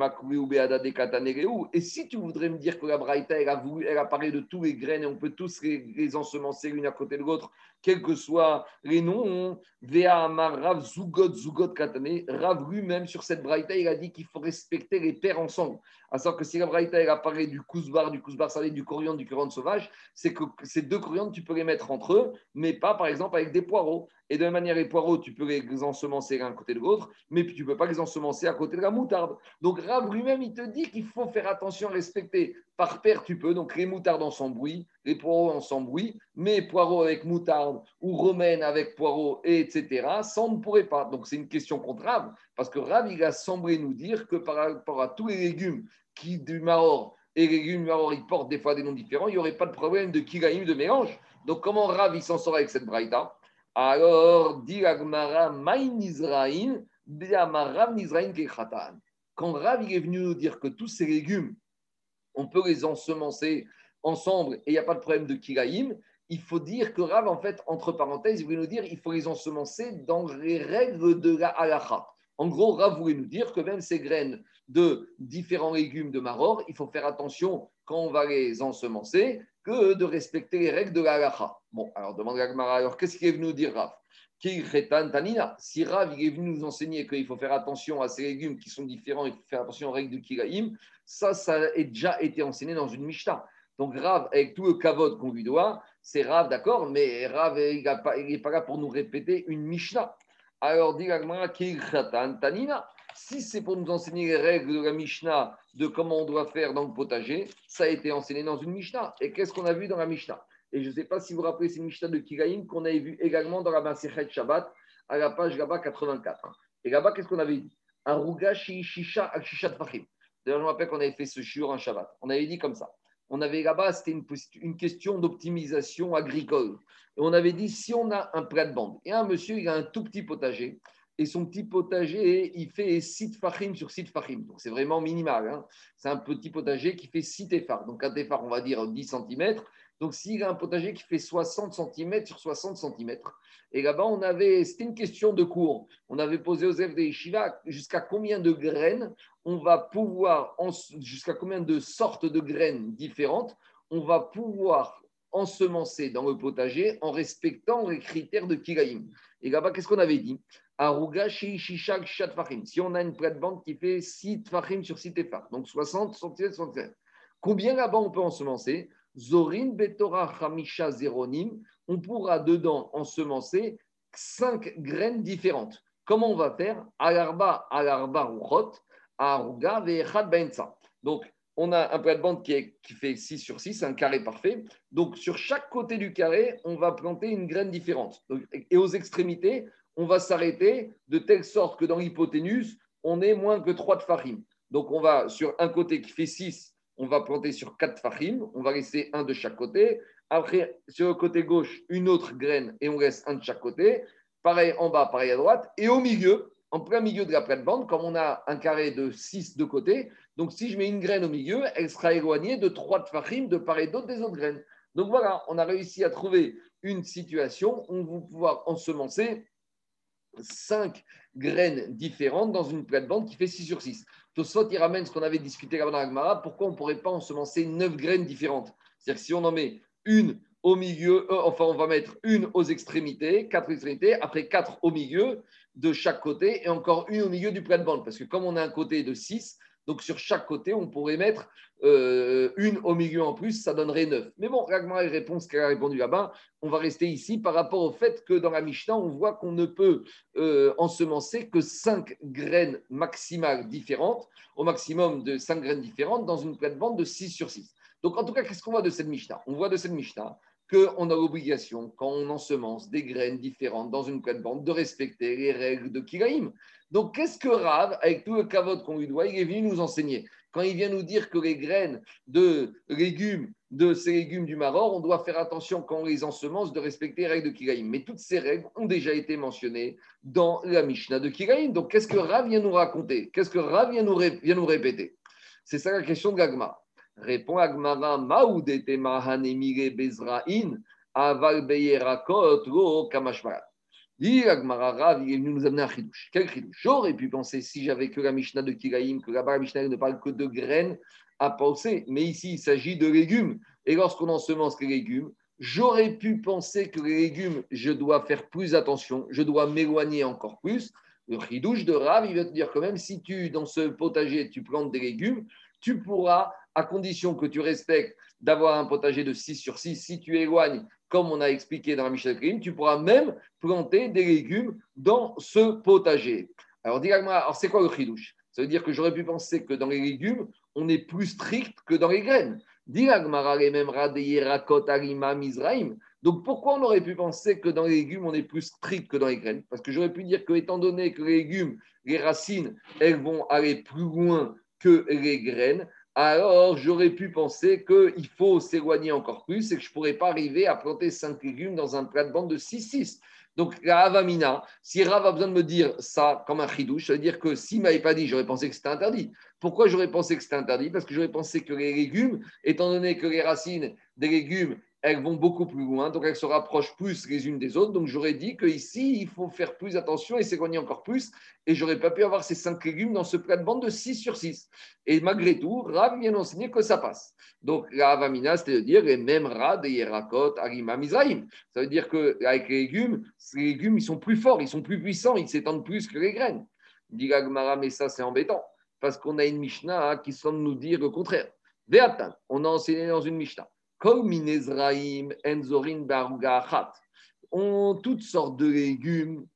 si tu voudrais me dire que la Braïta, elle a, voulu, elle a parlé de tous les graines et on peut tous les, les ensemencer l'une à côté de l'autre, quels que soient les noms, Vea Amar Rav Zugot Zugot Katane, Rav lui-même sur cette Braïta, il a dit qu'il faut respecter les pairs ensemble. À savoir que si la Braïta, elle a parlé du kousbar, du kousbar salé, du coriandre, du coriandre sauvage, c'est que ces deux coriandres, tu peux les mettre entre eux, mais pas par exemple avec des poireaux. Et de la manière, les poireaux, tu peux les ensemencer l'un à côté de l'autre, mais tu ne peux pas les ensemencer à côté de la moutarde. Donc, Rav lui-même, il te dit qu'il faut faire attention à respecter. Par paire, tu peux. Donc, les moutardes en s'embrouillent, les poireaux en s'embrouillent, mais poireaux avec moutarde ou romaine avec poireaux, et cetera, ça, on ne pourrait pas. Donc, c'est une question contre Rav, parce que Rav, il a semblé nous dire que par rapport à tous les légumes qui, du Mahor, et les légumes du Mahor, ils portent des fois des noms différents, il n'y aurait pas de problème de kiraïm, de mélange. Donc, comment Rav, il s'en sort avec cette braïta? Alors, dit Agmara, Maï Nizraïn, Rav Nizraïn Kechatan. Quand Rav il est venu nous dire que tous ces légumes, on peut les ensemencer ensemble et il n'y a pas de problème de kiraïm, il faut dire que Rav, en fait, entre parenthèses, il voulait nous dire qu'il faut les ensemencer dans les règles de la halacha. En gros, Rav voulait nous dire que même ces graines de différents légumes de Maror, il faut faire attention quand on va les ensemencer, que de respecter les règles de la halacha. Bon, alors demande la Gemara, alors qu'est-ce qu'il est venu nous dire Rav? Si Rav il est venu nous enseigner qu'il faut faire attention à ces légumes qui sont différents, il faut faire attention aux règles de Kiraïm, ça, ça a déjà été enseigné dans une Mishnah. Donc Rav, avec tout le kavod qu'on lui doit, c'est Rav, d'accord, mais Rav, il n'est pas là pour nous répéter une Mishnah. Alors, dit l'Agmara, Kirchatan Tanina. Si c'est pour nous enseigner les règles de la Mishnah, de comment on doit faire dans le potager, ça a été enseigné dans une Mishnah. Et qu'est-ce qu'on a vu dans la Mishnah? Et je ne sais pas si vous vous rappelez, c'est une Mishnah de Kiraïm qu'on avait vu également dans la Masechet Shabbat, à la page là-bas quatre-vingt-quatre. Et là-bas, qu'est-ce qu'on avait dit? Aruga Shisha Akshishat Fachim. D'ailleurs, je me rappelle qu'on avait fait ce shiur en Shabbat. On avait dit comme ça. On avait là-bas, c'était une, une question d'optimisation agricole. Et on avait dit, si on a un plate-bande et un monsieur, il a un tout petit potager, et son petit potager, il fait six tefachim sur six tefachim. Donc, c'est vraiment minimal. Hein. C'est un petit potager qui fait six tefars. Donc, un tefar, on va dire dix centimètres. Donc, s'il a un potager qui fait soixante centimètres sur soixante centimètres, et là-bas, on avait, c'était une question de cours. On avait posé aux élèves des Yeshiva jusqu'à combien de graines on va pouvoir, jusqu'à combien de sortes de graines différentes, on va pouvoir ensemencer dans le potager en respectant les critères de Kiraïm. Et là-bas, qu'est-ce qu'on avait dit? Aruga Shisha Shat Fachim. Si on a une plate-bande qui fait six Fachim sur six Tefar, donc soixante centimètres, soixante-quinze. Combien là-bas on peut ensemencer? Zorin Betora Hamisha Zeronim. On pourra dedans ensemencer cinq graines différentes. Comment on va faire? Alarba, alarba, ruchot, aruga, ve'echad bensa. Donc, on a un plate-bande qui, est, qui fait six sur six, un carré parfait. Donc, sur chaque côté du carré, on va planter une graine différente. Donc, et aux extrémités, on va s'arrêter de telle sorte que dans l'hypoténuse, on ait moins que trois de farim. Donc, on va sur un côté qui fait six, on va planter sur quatre farim. On va laisser un de chaque côté. Après, sur le côté gauche, une autre graine et on laisse un de chaque côté. Pareil en bas, pareil à droite. Et au milieu, en plein milieu de la plate-bande, comme on a un carré de six de côté, donc si je mets une graine au milieu, elle sera éloignée de trois tefachim de part et d'autre des autres graines. Donc voilà, on a réussi à trouver une situation où on va pouvoir ensemencer cinq graines différentes dans une plate-bande qui fait six sur six. Tosfot, il ramène ce qu'on avait discuté là-bas dans la Gemara, pourquoi on ne pourrait pas ensemencer neuf graines différentes? C'est-à-dire que si on en met une au milieu, euh, enfin on va mettre une aux extrémités, quatre extrémités, après quatre au milieu de chaque côté et encore une au milieu du plate-bande. Parce que comme on a un côté de six, donc sur chaque côté, on pourrait mettre euh, une au milieu en plus, ça donnerait neuf. Mais bon, Ragmara répond ce qu'elle a répondu là-bas. On va rester ici par rapport au fait que dans la Mishnah, on voit qu'on ne peut euh, ensemencer que cinq graines maximales différentes, au maximum de cinq graines différentes dans une plate-bande de six sur six. Donc en tout cas, qu'est-ce qu'on voit de cette Mishnah? On voit de cette Mishnah qu'on a l'obligation, quand on ensemence des graines différentes dans une plate-bande, de respecter les règles de Kiraïm. Donc, qu'est-ce que Rav, avec tout le kavod qu'on lui doit, il est venu nous enseigner? Quand il vient nous dire que les graines de légumes, de ces légumes du Maror, on doit faire attention quand on les ensemence de respecter les règles de Kiraïm. Mais toutes ces règles ont déjà été mentionnées dans la Mishnah de Kiraïm. Donc, qu'est-ce que Rav vient nous raconter? Qu'est-ce que Rav vient nous, ré- vient nous répéter? C'est ça la question de Gagma. Répond Agmara, Maoudete Mahanemire Bezraïn, Aval Beyerakot, Lo Kamashmarat. Dit Agmara, Rav, il est venu nous amener un chidouche. Quel chidouche? J'aurais pu penser, si j'avais que la Mishnah de Kiraïm, que là-bas la Mishnah ne parle que de graines à penser, mais ici il s'agit de légumes. Et lorsqu'on ensemence les légumes, j'aurais pu penser que les légumes, je dois faire plus attention, je dois m'éloigner encore plus. Le chidouche de Rav, il va te dire que même si tu, dans ce potager, tu plantes des légumes, tu pourras, à condition que tu respectes d'avoir un potager de six sur six, si tu éloignes, comme on a expliqué dans la Mishnah de Kiraïm, tu pourras même planter des légumes dans ce potager. Alors, alors c'est quoi le chidouche? Ça veut dire que j'aurais pu penser que dans les légumes, on est plus strict que dans les graines. Donc, pourquoi on aurait pu penser que dans les légumes, on est plus strict que dans les graines? Parce que j'aurais pu dire que, étant donné que les légumes, les racines, elles vont aller plus loin que les graines, alors j'aurais pu penser qu'il faut s'éloigner encore plus et que je ne pourrais pas arriver à planter cinq légumes dans un plate-bande de six six. Donc, la Havamina, si Rav a besoin de me dire ça comme un chidouche, ça veut dire que s'il ne m'avait pas dit, j'aurais pensé que c'était interdit. Pourquoi j'aurais pensé que c'était interdit? Parce que j'aurais pensé que les légumes, étant donné que les racines des légumes, elles vont beaucoup plus loin, donc elles se rapprochent plus les unes des autres. Donc j'aurais dit qu'ici, il faut faire plus attention et s'éloigner encore plus. Et j'aurais pas pu avoir ces cinq légumes dans ce plate-bande de six sur six. Et malgré tout, Rav vient d'enseigner que ça passe. Donc la Havamina, c'est de dire les mêmes Rad et Yerakot, Arima, Mizraïm. Ça veut dire qu'avec les légumes, les légumes, ils sont plus forts, ils sont plus puissants, ils s'étendent plus que les graines. Dit la Gemara, mais ça, c'est embêtant. Parce qu'on a une Mishnah qui semble nous dire le contraire. Ve'atan, on a enseigné dans une Mishnah. Kol minezraim enzorin baruga achat. On toutes sortes de légumes,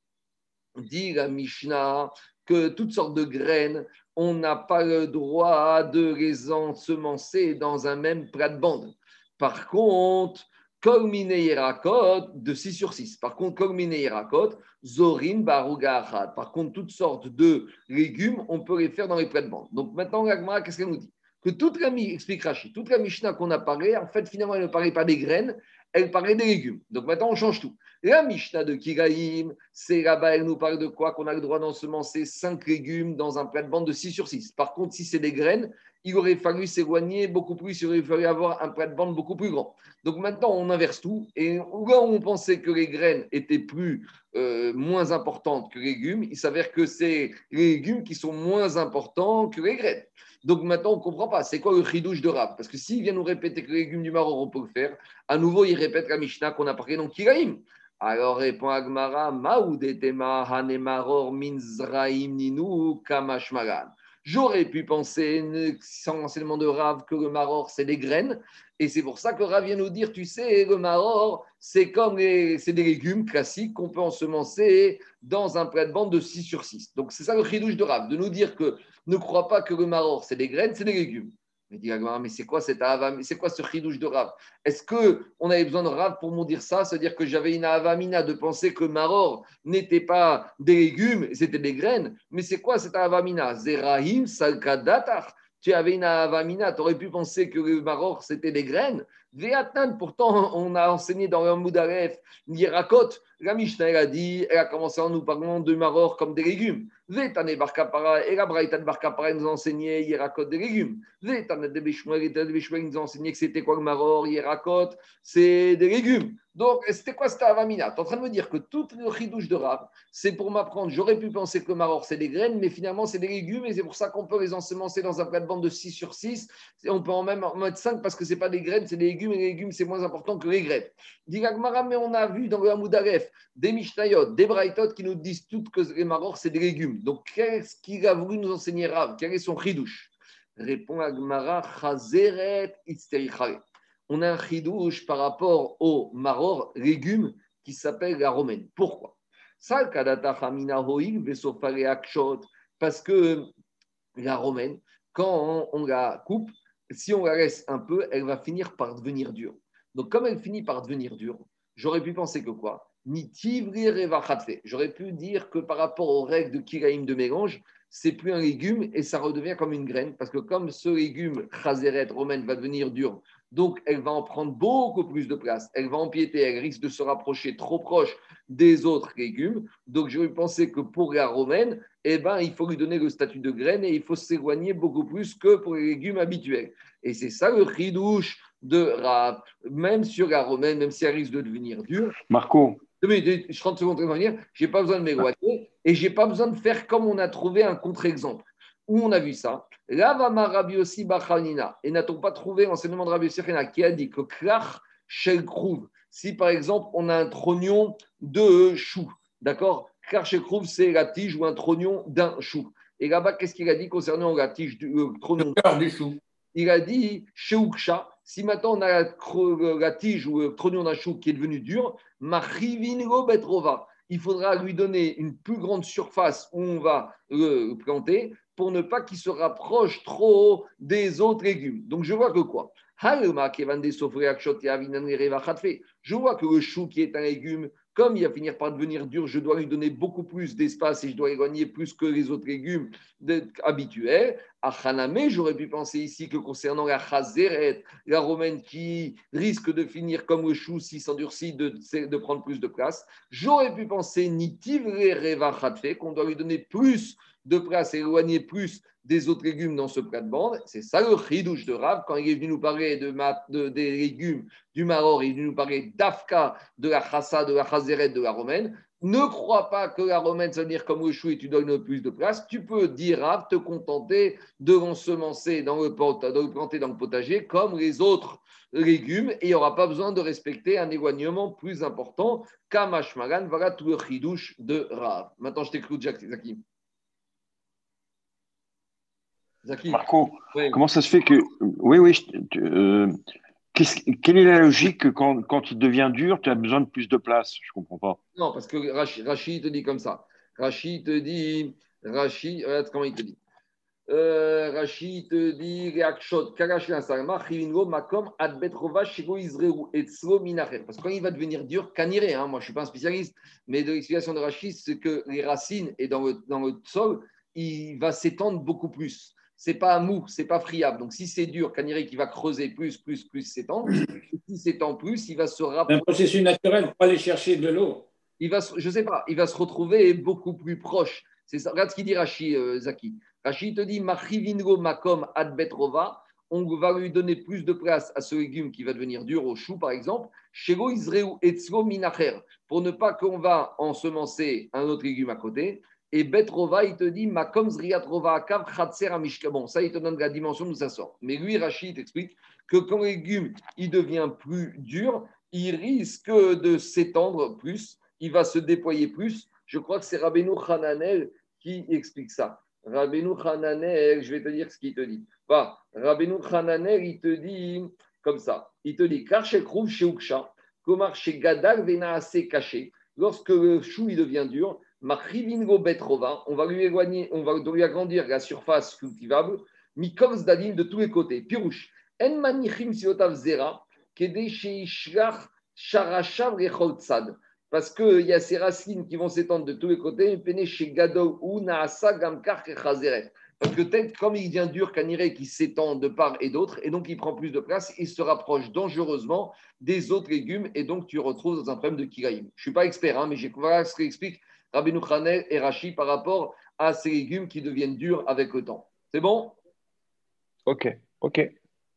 dit la Mishnah, que toutes sortes de graines, on n'a pas le droit de les ensemencer dans un même plate-bande. Par contre, Kolmine Yerakot, de six sur six. Par contre, Kolmine Yerakot, Zorin Baruga Achat. Par contre, toutes sortes de légumes, on peut les faire dans les plates-bandes. Donc maintenant, la Gemara, qu'est-ce qu'elle nous dit? Que toute la, explique Rashi, toute la Mishnah qu'on a parlé, en fait, finalement, elle ne parlait pas des graines, elle parlait des légumes. Donc maintenant, on change tout. La Mishnah de Kiraïm, c'est là-bas, elle nous parle de quoi? Qu'on a le droit d'ensemencer cinq légumes dans un plate-bande de six sur six. Par contre, si c'est des graines, il aurait fallu s'éloigner beaucoup plus, il aurait fallu avoir un plate-bande beaucoup plus grand. Donc maintenant, on inverse tout. Et là où on pensait que les graines étaient plus, euh, moins importantes que les légumes, il s'avère que c'est les légumes qui sont moins importants que les graines. Donc maintenant, on ne comprend pas. C'est quoi le chidouche de Rav? Parce que s'il vient nous répéter que les légumes du Maroc, on peut le faire, à nouveau, il répète la Mishnah qu'on a parlé dans Kiraïm. Alors répond Agmara, Maoudetema hanemaror minzraim ninu kamashmaran. J'aurais pu penser, sans l'enseignement de Rav, que le maror, c'est des graines. Et c'est pour ça que Rav vient nous dire, tu sais, le maror, c'est comme les, c'est des légumes classiques qu'on peut ensemencer dans un plate-bande de six sur six. Donc c'est ça le chidouche de Rav, de nous dire que ne crois pas que le maror, c'est des graines, c'est des légumes. Mais dit mais c'est quoi cet ahava, c'est quoi ce chidouche de Rav? Est-ce qu'on avait besoin de Rav pour me dire ça? C'est-à-dire que j'avais une avamina de penser que maror n'était pas des légumes, c'était des graines. Mais c'est quoi cette avamina? Zerahim salkadatar. Tu avais une avamina, tu aurais pu penser que le maror c'était des graines. Veatan, pourtant on a enseigné dans le Moudaref, Yerakot, la Mishnah elle a dit, elle a commencé en nous parlant de maror comme des légumes. Vetane Barkapara, et la Braïta de Barkapara nous a enseigné Yerakot des légumes. Vetane de Bishmuel, et de Bishmuel nous a enseigné que c'était quoi le maror, Yerakot, c'est des légumes. Donc, c'était quoi cette avamina? Tu es en train de me dire que tout le chidouche de Rav, c'est pour m'apprendre. J'aurais pu penser que le maror, c'est des graines, mais finalement, c'est des légumes, et c'est pour ça qu'on peut les ensemencer dans un plate-bande de six sur six. Et on peut en même en mettre cinq parce que ce n'est pas des graines, c'est des légumes, et les légumes, c'est moins important que les graines. Dit Gagmara, mais on a vu dans le Hamoud Aleph des Mishnayot, des Braïtot qui nous disent toutes que les maror, c'est des légumes. Donc, qu'est-ce qu'il a voulu nous enseigner Rav? Quel est son chidouche? Répond Gagmara, Chazeret Itzterichare. On a un chidouche par rapport au maror, légumes, qui s'appelle la romaine. Pourquoi? Parce que la romaine, quand on la coupe, si on la laisse un peu, elle va finir par devenir dure. Donc, comme elle finit par devenir dure, j'aurais pu penser que quoi? J'aurais pu dire que par rapport aux règles de Kiraïm de mélange, c'est plus un légume et ça redevient comme une graine. Parce que comme ce légume, chazeret, romaine, va devenir dur, donc elle va en prendre beaucoup plus de place. Elle va empiéter, elle risque de se rapprocher trop proche des autres légumes. Donc j'aurais pensé que pour la romaine, eh ben, il faut lui donner le statut de graine et il faut s'éloigner beaucoup plus que pour les légumes habituels. Et c'est ça le chidouche de Rav. Même sur la romaine, même si elle risque de devenir dure. Marco. trente secondes de revenir, je n'ai pas besoin de m'éloigner et je n'ai pas besoin de faire comme on a trouvé un contre-exemple. Où on a vu ça? Là, va ma Rabbi Yossi Bachanina. Et n'a-t-on pas trouvé l'enseignement de Rabbi Yossi Bachanina qui a dit que Klach Shel Krouv, si par exemple on a un trognon de chou, d'accord? Klach Shel Krouv, c'est la tige ou un trognon d'un chou. Et là-bas, qu'est-ce qu'il a dit concernant la tige du euh, trognon Le cœur du chou. Il a dit Sheuksha. Si maintenant on a la, la tige ou le trognon d'un chou qui est devenu dur, Machivingo Betrova. Il faudra lui donner une plus grande surface où on va le planter pour ne pas qu'il se rapproche trop des autres légumes. Donc je vois que quoi? Je vois que le chou qui est un légume, comme il va finir par devenir dur, je dois lui donner beaucoup plus d'espace et je dois éloigner plus que les autres légumes habituels. À Haname, j'aurais pu penser ici que concernant la chazeret, la romaine qui risque de finir comme le chou s'il s'endurcit, de, de prendre plus de place, j'aurais pu penser nitivre reva chatfe, qu'on doit lui donner plus de place, éloigner plus des autres légumes dans ce plate-bande. C'est ça le chidouche de Rav. Quand il est venu nous parler de, de, des légumes du maror, il est venu nous parler d'afka, de la chassa, de la chazeret, de la romaine. Ne crois pas que la romaine, ça veut dire comme le chou et tu donnes plus de place. Tu peux dire, Rav, te contenter de l'ensemencer dans le pot, de le planter dans le potager comme les autres légumes et il n'y aura pas besoin de respecter un éloignement plus important. Kamashmagan, voilà tout le chidouche de Rav. Maintenant, je t'écoute, Jacques Zakim. Zaki. Marco, Oui. comment ça se fait que. Oui, oui. je- tu- euh, qu'est-ce- quelle est la logique que quand, quand il devient dur, tu as besoin de plus de place? Je comprends pas. Non, parce que Rachi, Rachi te dit comme ça. Rachi te dit. Rachi, regarde comment il te dit. Euh, Rachi te dit Reakshot, Karash Salma, Chivingo, Makom, Adbetrova, Shigo, Israël, Etzlo, Minacher. Parce que quand il va devenir dur, Kaniré, hein, moi je ne suis pas un spécialiste, mais de l'explication de Rachi, c'est que les racines et dans le, dans le sol, il va s'étendre beaucoup plus. C'est pas mou, c'est pas friable. Donc si c'est dur, Kaniré qui va creuser plus, plus, plus s'étendre. Et si s'étend plus, il va se C'est un rapprocher. processus naturel pour aller chercher de l'eau. Il va, se- je sais pas, il va se retrouver beaucoup plus proche. C'est ça. Regarde ce qu'il dit Rachi, euh, Zaki. Rachi te dit Machivingo makom ad betrova. On va lui donner plus de place à ce légume qui va devenir dur, au chou par exemple. Shego Israël etzlo minacher. Pour ne pas qu'on va ensemencer un autre légume à côté. Et betrova, il te dit makom zriatrova akav chatser amishka. Bon, ça, il te donne la dimension d'où ça sort. Mais lui, Rachi, t'explique que quand le légume il devient plus dur, il risque de s'étendre plus, il va se déployer plus. Je crois que c'est Rabbeinu Hananel qui explique ça. Rabbeinu Hananel, je vais te dire ce qu'il te dit. Enfin, Rabbeinu Hananel, il te dit comme ça. Il te dit car chez Krouv, chez Uksha, Komar chez Gadal, Vena assez caché. Lorsque le chou il devient dur, Machivingo Betrova, on va lui éloigner, on va lui agrandir la surface cultivable, Mikov Zdalim de tous les côtés. Pirouche, En Manichim Siotav Zera, Kede Sheishlach Sharashav Rechol Tzad. Parce qu'il y a ces racines qui vont s'étendre de tous les côtés. Parce que tel, comme il devient dur, Kaniré qui s'étend de part et d'autre, et donc il prend plus de place, il se rapproche dangereusement des autres légumes, et donc tu retrouves dans un problème de Kiraïm. Je ne suis pas expert, hein, mais j'ai voilà ce qu'explique Rabbeinu Hanel et Rashi par rapport à ces légumes qui deviennent durs avec le temps. C'est bon? Ok, ok.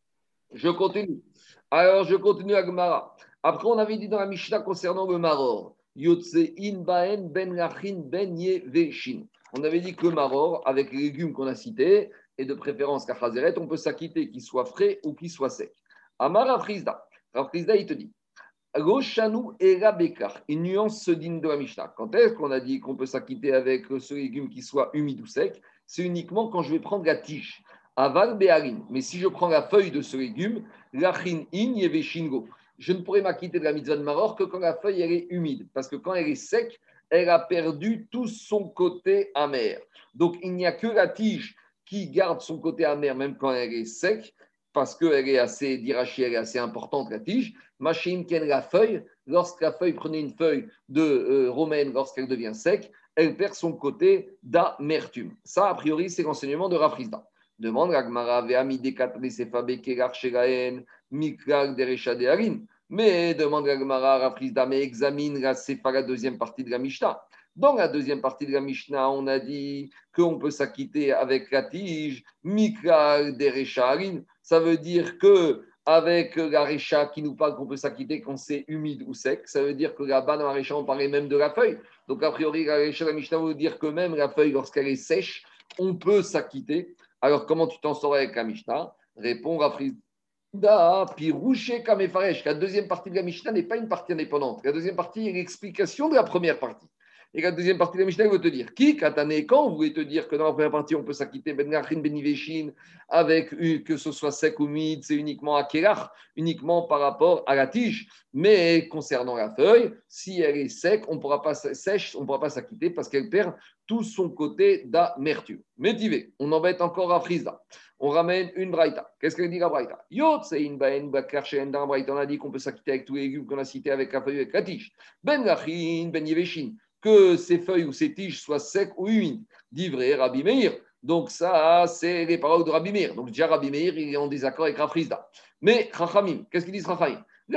Je continue. Alors, je continue à Gemara. Après, on avait dit dans la Mishnah concernant le maror, Yotse in baen ben lachin ben yeveshin. On avait dit que le maror, avec les légumes qu'on a cités, et de préférence kachazeret, on peut s'acquitter qu'il soit frais ou qu'il soit sec. Amar Rafrizda. Rafrizda, il te dit Roshanu et Rabekar. Une nuance se digne de la Mishnah. Quand est-ce qu'on a dit qu'on peut s'acquitter avec ce légume qui soit humide ou sec? C'est uniquement quand je vais prendre la tige. Aval Beharin. Mais si je prends la feuille de ce légume, lachin in yeveshingo. Je ne pourrai m'acquitter de la mitzvah de maror que quand la feuille elle est humide. Parce que quand elle est sec, elle a perdu tout son côté amer. Donc il n'y a que la tige qui garde son côté amer même quand elle est sec, parce qu'elle est assez d'irachi, elle est assez importante, la tige. Machine ken la feuille, lorsque la feuille, prenez une feuille de euh, romaine, lorsqu'elle devient sec, elle perd son côté d'amertume. Ça, a priori, c'est l'enseignement de Rafrizda. Demande Ragmara, Ve'amide Katre Sefabe Kegar Sheraen, Mikral Derecha de Harin. Mais demande Ragmara, Rafrizda, mais examine la Sefa, la deuxième partie de la Mishnah. Dans la deuxième partie de la Mishnah, on a dit qu'on peut s'acquitter avec la tige, Mikral Derecha Harin. Ça veut dire que avec la récha qui nous parle qu'on peut s'acquitter quand c'est humide ou sec, ça veut dire que là-bas, dans la récha, on parlait même de la feuille. Donc, a priori, la récha de la Mishnah veut dire que même la feuille, lorsqu'elle est sèche, on peut s'acquitter. Alors, comment tu t'en sors avec la Mishnah? Répond Rafrizda, Pirouché Kamefaresh. La deuxième partie de la Mishnah n'est pas une partie indépendante. La deuxième partie est l'explication de la première partie. Et la deuxième partie de la Mishnah veut te dire qui, Katane, quand vous voulez te dire que dans la première partie, on peut s'acquitter Ben Gachin, Ben Iveshin, avec que ce soit sec ou humide, c'est uniquement à Kérach, uniquement par rapport à la tige. Mais concernant la feuille, si elle est sec, on pourra pas, sèche, on ne pourra pas s'acquitter parce qu'elle perd tout son côté d'amertume. Métivé, on embête encore à Frisda. On ramène une braïta. Qu'est-ce qu'elle dit la braïta? Yot, c'est une baen bakar chez Endar braïta. On a dit qu'on peut s'acquitter avec tous les légumes qu'on a cités avec la feuille et avec la tige. Ben Gachin, Ben Iveshin. Que ces feuilles ou ces tiges soient secs ou humides. D'ivré Rabbi Meir. Donc ça, c'est les paroles de Rabbi Meir. Donc déjà, Rabbi Meir, il est en désaccord avec Rafrizda. Mais Chachamim, qu'est-ce qu'ils disent Chachamim?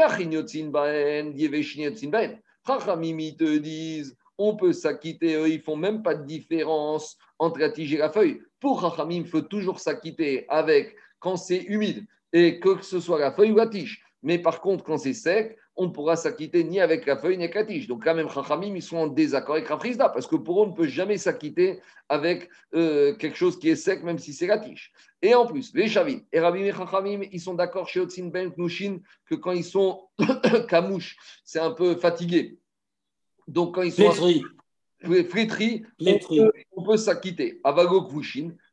Chachamim, ils te disent, on peut s'acquitter, eux, ils ne font même pas de différence entre la tige et la feuille. Pour Chachamim, il faut toujours s'acquitter avec quand c'est humide et que ce soit la feuille ou la tige. Mais par contre, quand c'est sec, on ne pourra s'acquitter ni avec la feuille ni avec la tige. Donc, quand même, Chachamim, ils sont en désaccord avec Rafrizda, parce que pour eux, on ne peut jamais s'acquitter avec euh, quelque chose qui est sec, même si c'est la tige. Et en plus, les Chavim et Rabbi et Chachamim, ils sont d'accord chez Otzin Ben Knushin que quand ils sont camouches, c'est un peu fatigué. Donc, quand ils sont Flétri. flétris, on Flétri. peut, on peut s'acquitter. Avago Kvushin,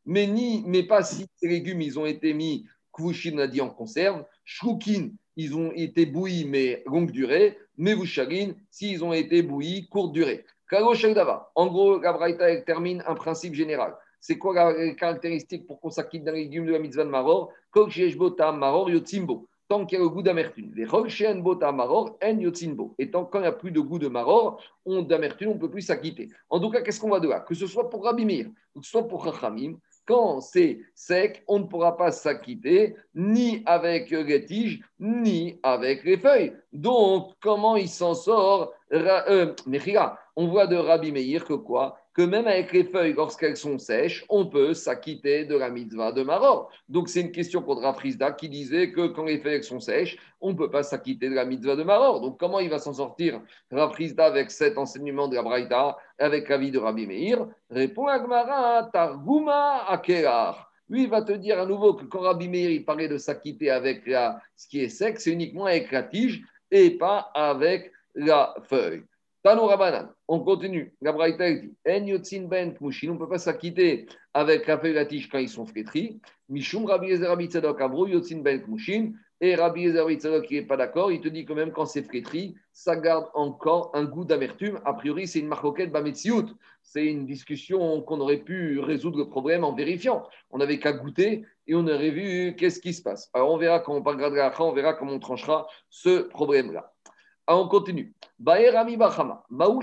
mais, ni, mais pas si ces légumes ils ont été mis, Kvushin, on a dit en conserve, Shrukin, ils ont été bouillis mais longue durée, Mevusharin, s'ils ont été bouillis courte durée. Kalo Shagdava. En gros, la Braïta elle termine un principe général. C'est quoi la caractéristique pour qu'on s'acquitte d'un légume de la mitzvah de Maror? Kol sheyesh tam Maror yotzimbo. Tant qu'il y a le goût d'amertume. Les Chol she'en bo tam Maror en yotzimbo. Et tant qu'il n'y a plus de goût de Maror, on, d'amertume, on ne peut plus s'acquitter. En tout cas, qu'est-ce qu'on va de là? Que ce soit pour Rabbi Meir, que ce soit pour Chachamim, quand c'est sec, on ne pourra pas s'acquitter ni avec les tiges, ni avec les feuilles. Donc, comment il s'en sort euh, Mechila, on voit de Rabbi Meir que quoi? Que même avec les feuilles, lorsqu'elles sont sèches, on peut s'acquitter de la mitzvah de Maror. Donc, c'est une question contre Rafrizda qui disait que quand les feuilles sont sèches, on ne peut pas s'acquitter de la mitzvah de Maror. Donc, comment il va s'en sortir Rafrizda avec cet enseignement de la Braïta, avec l'avis de Rabbi Meir? Répond Agmara, Targuma Akelar. Lui, il va te dire à nouveau que quand Rabbi Meir il parlait de s'acquitter avec la, ce qui est sec, c'est uniquement avec la tige et pas avec la feuille. Tano Rabanan, on continue. La Braïta dit En yotzin ben kmushin, on ne peut pas s'acquitter avec la feuille et la tige quand ils sont flétris. Mishum Rabbi Ezer Rabbi Tzadok Amrou yotzin ben kmushin. Et Rabbi Ezer Rabbi Tzadok qui n'est pas d'accord, il te dit que même quand c'est flétri, ça garde encore un goût d'amertume. A priori, c'est une marcoquette bametsiout. C'est une discussion qu'on aurait pu résoudre le problème en vérifiant. On n'avait qu'à goûter et on aurait vu qu'est-ce qui se passe. Alors on verra quand on parlera de la on verra comment on tranchera ce problème-là. Alors on continue. Donc là, on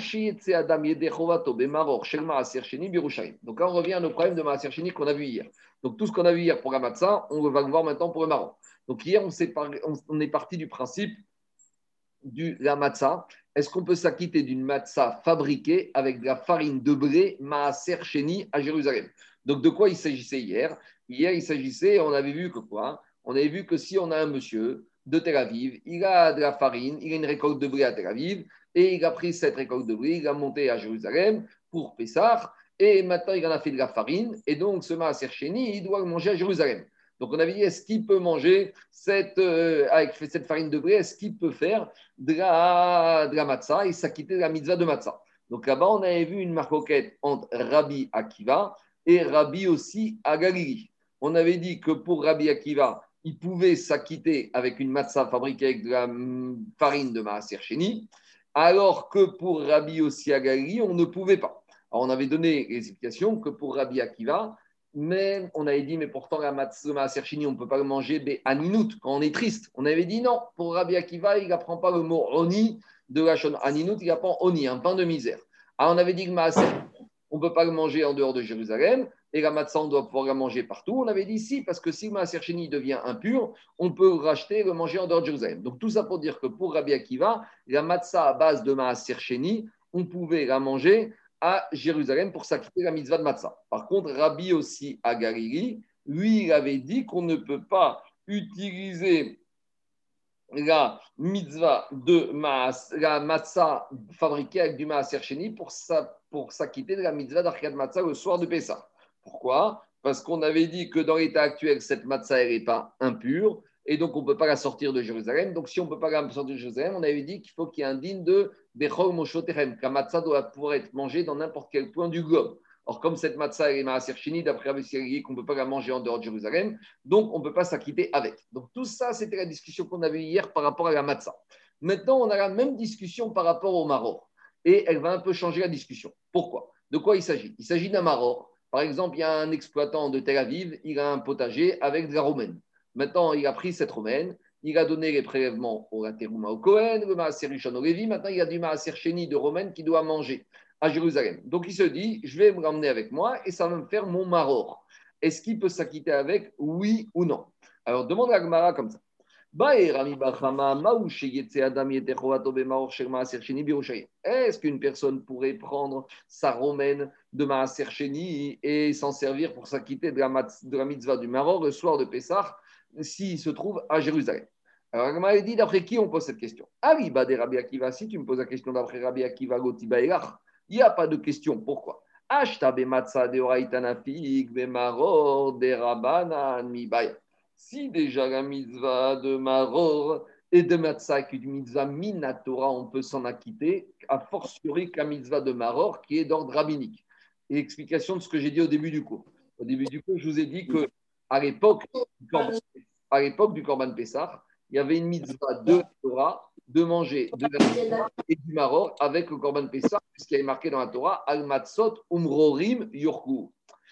revient à nos problèmes de Maaser Sheni qu'on a vu hier. Donc tout ce qu'on a vu hier pour la matzah, on va le voir maintenant pour le maror. Donc hier, on, par... on est parti du principe de la matzah. Est-ce qu'on peut s'acquitter d'une matzah fabriquée avec de la farine de blé Maaser Sheni à Jérusalem? Donc de quoi il s'agissait hier? Hier, il s'agissait, on avait vu que quoi? On avait vu que si on a un monsieur de Tel Aviv, il a de la farine, il a une récolte de blé à Tel Aviv, et il a pris cette récolte de blé, il l'a montée à Jérusalem pour Pessah, et maintenant il en a fait de la farine, et donc ce Maaser Sheni, il doit le manger à Jérusalem. Donc on avait dit, est-ce qu'il peut manger cette, euh, avec cette farine de blé, est-ce qu'il peut faire de la, de la matzah et s'acquitter de la mitzvah de matzah? Donc là-bas, on avait vu une marcoquette entre Rabbi Akiva et Rabbi aussi Agalili. On avait dit que pour Rabbi Akiva, il pouvait s'acquitter avec une matzah fabriquée avec de la farine de Maaser Sheni, alors que pour Rabbi aussi Agalili, on ne pouvait pas. Alors on avait donné les explications que pour Rabbi Akiva, mais on avait dit, mais pourtant, la Maaser Sheni, on ne peut pas le manger à Ninout, quand on est triste. On avait dit non, pour Rabbi Akiva, il n'apprend pas le mot Oni de la Shon. À Ninout, il apprend Oni, un pain de misère. Alors on avait dit que Maaser, on ne peut pas le manger en dehors de Jérusalem, et la matzah, on doit pouvoir la manger partout. On avait dit si, parce que si le Maaser Sheni devient impur, on peut le racheter et le manger en dehors de Jérusalem. Donc tout ça pour dire que pour Rabbi Akiva, la matzah à base de Maaser Sheni, on pouvait la manger à Jérusalem pour s'acquitter la mitzvah de matzah. Par contre, Rabbi aussi à Galili, lui, il avait dit qu'on ne peut pas utiliser la mitzvah de maas, la matzah fabriquée avec du Maaser Sheni pour, sa, pour s'acquitter de la mitzvah d'Arkad Matzah le soir de Pessah. Pourquoi? Parce qu'on avait dit que dans l'état actuel, cette matzah n'est pas impure et donc on ne peut pas la sortir de Jérusalem. Donc si on ne peut pas la sortir de Jérusalem, on avait dit qu'il faut qu'il y ait un digne de Bechol Moshotechem, que la matzah doit pouvoir être mangée dans n'importe quel point du globe. Or, comme cette matzah est Maaser Sheni, d'après Rabbi Sirgi, qu'on ne peut pas la manger en dehors de Jérusalem, donc on ne peut pas s'acquitter avec. Donc tout ça, c'était la discussion qu'on avait hier par rapport à la matzah. Maintenant, on a la même discussion par rapport au maror. Et elle va un peu changer la discussion. Pourquoi? De quoi il s'agit? Il s'agit d'un maror. Par exemple, il y a un exploitant de Tel Aviv, il a un potager avec de la romaine. Maintenant, il a pris cette romaine, il a donné les prélèvements au Laterouma au Kohen, le Maaser Rishon au Lévi. Maintenant, il y a du Maaser Sheni de romaine qui doit manger à Jérusalem. Donc, il se dit, je vais me ramener avec moi et ça va me faire mon maror. Est-ce qu'il peut s'acquitter avec, oui ou non? Alors, demande à Gemara comme ça. Est-ce qu'une personne pourrait prendre sa romaine de Maaser Sheni et s'en servir pour s'acquitter de la, de la mitzvah du maror le soir de Pessah s'il se trouve à Jérusalem? Alors, Agmara dit d'après qui on pose cette question? Ariba de Rabbi Akiva, si tu me poses la question d'après Rabbi Akiva, Gotibaïlach, il n'y a pas de question. Pourquoi? Ashta be matzah de oraïtanafik be maror de rabanan mibaya. Si déjà la mitzvah de maror et de matzah, qui est une mitzvah minatora, on peut s'en acquitter, a fortiori que la mitzvah de maror qui est d'ordre rabbinique. Et explication de ce que j'ai dit au début du cours. Au début du cours, je vous ai dit qu'à l'époque du Corban, à l'époque du Corban Pessah, il y avait une mitzvah de la Torah de manger de la Torah et du maror avec le Corban Pessah, puisqu'il y avait marqué dans la Torah Al Matzot Umrorim Yorku.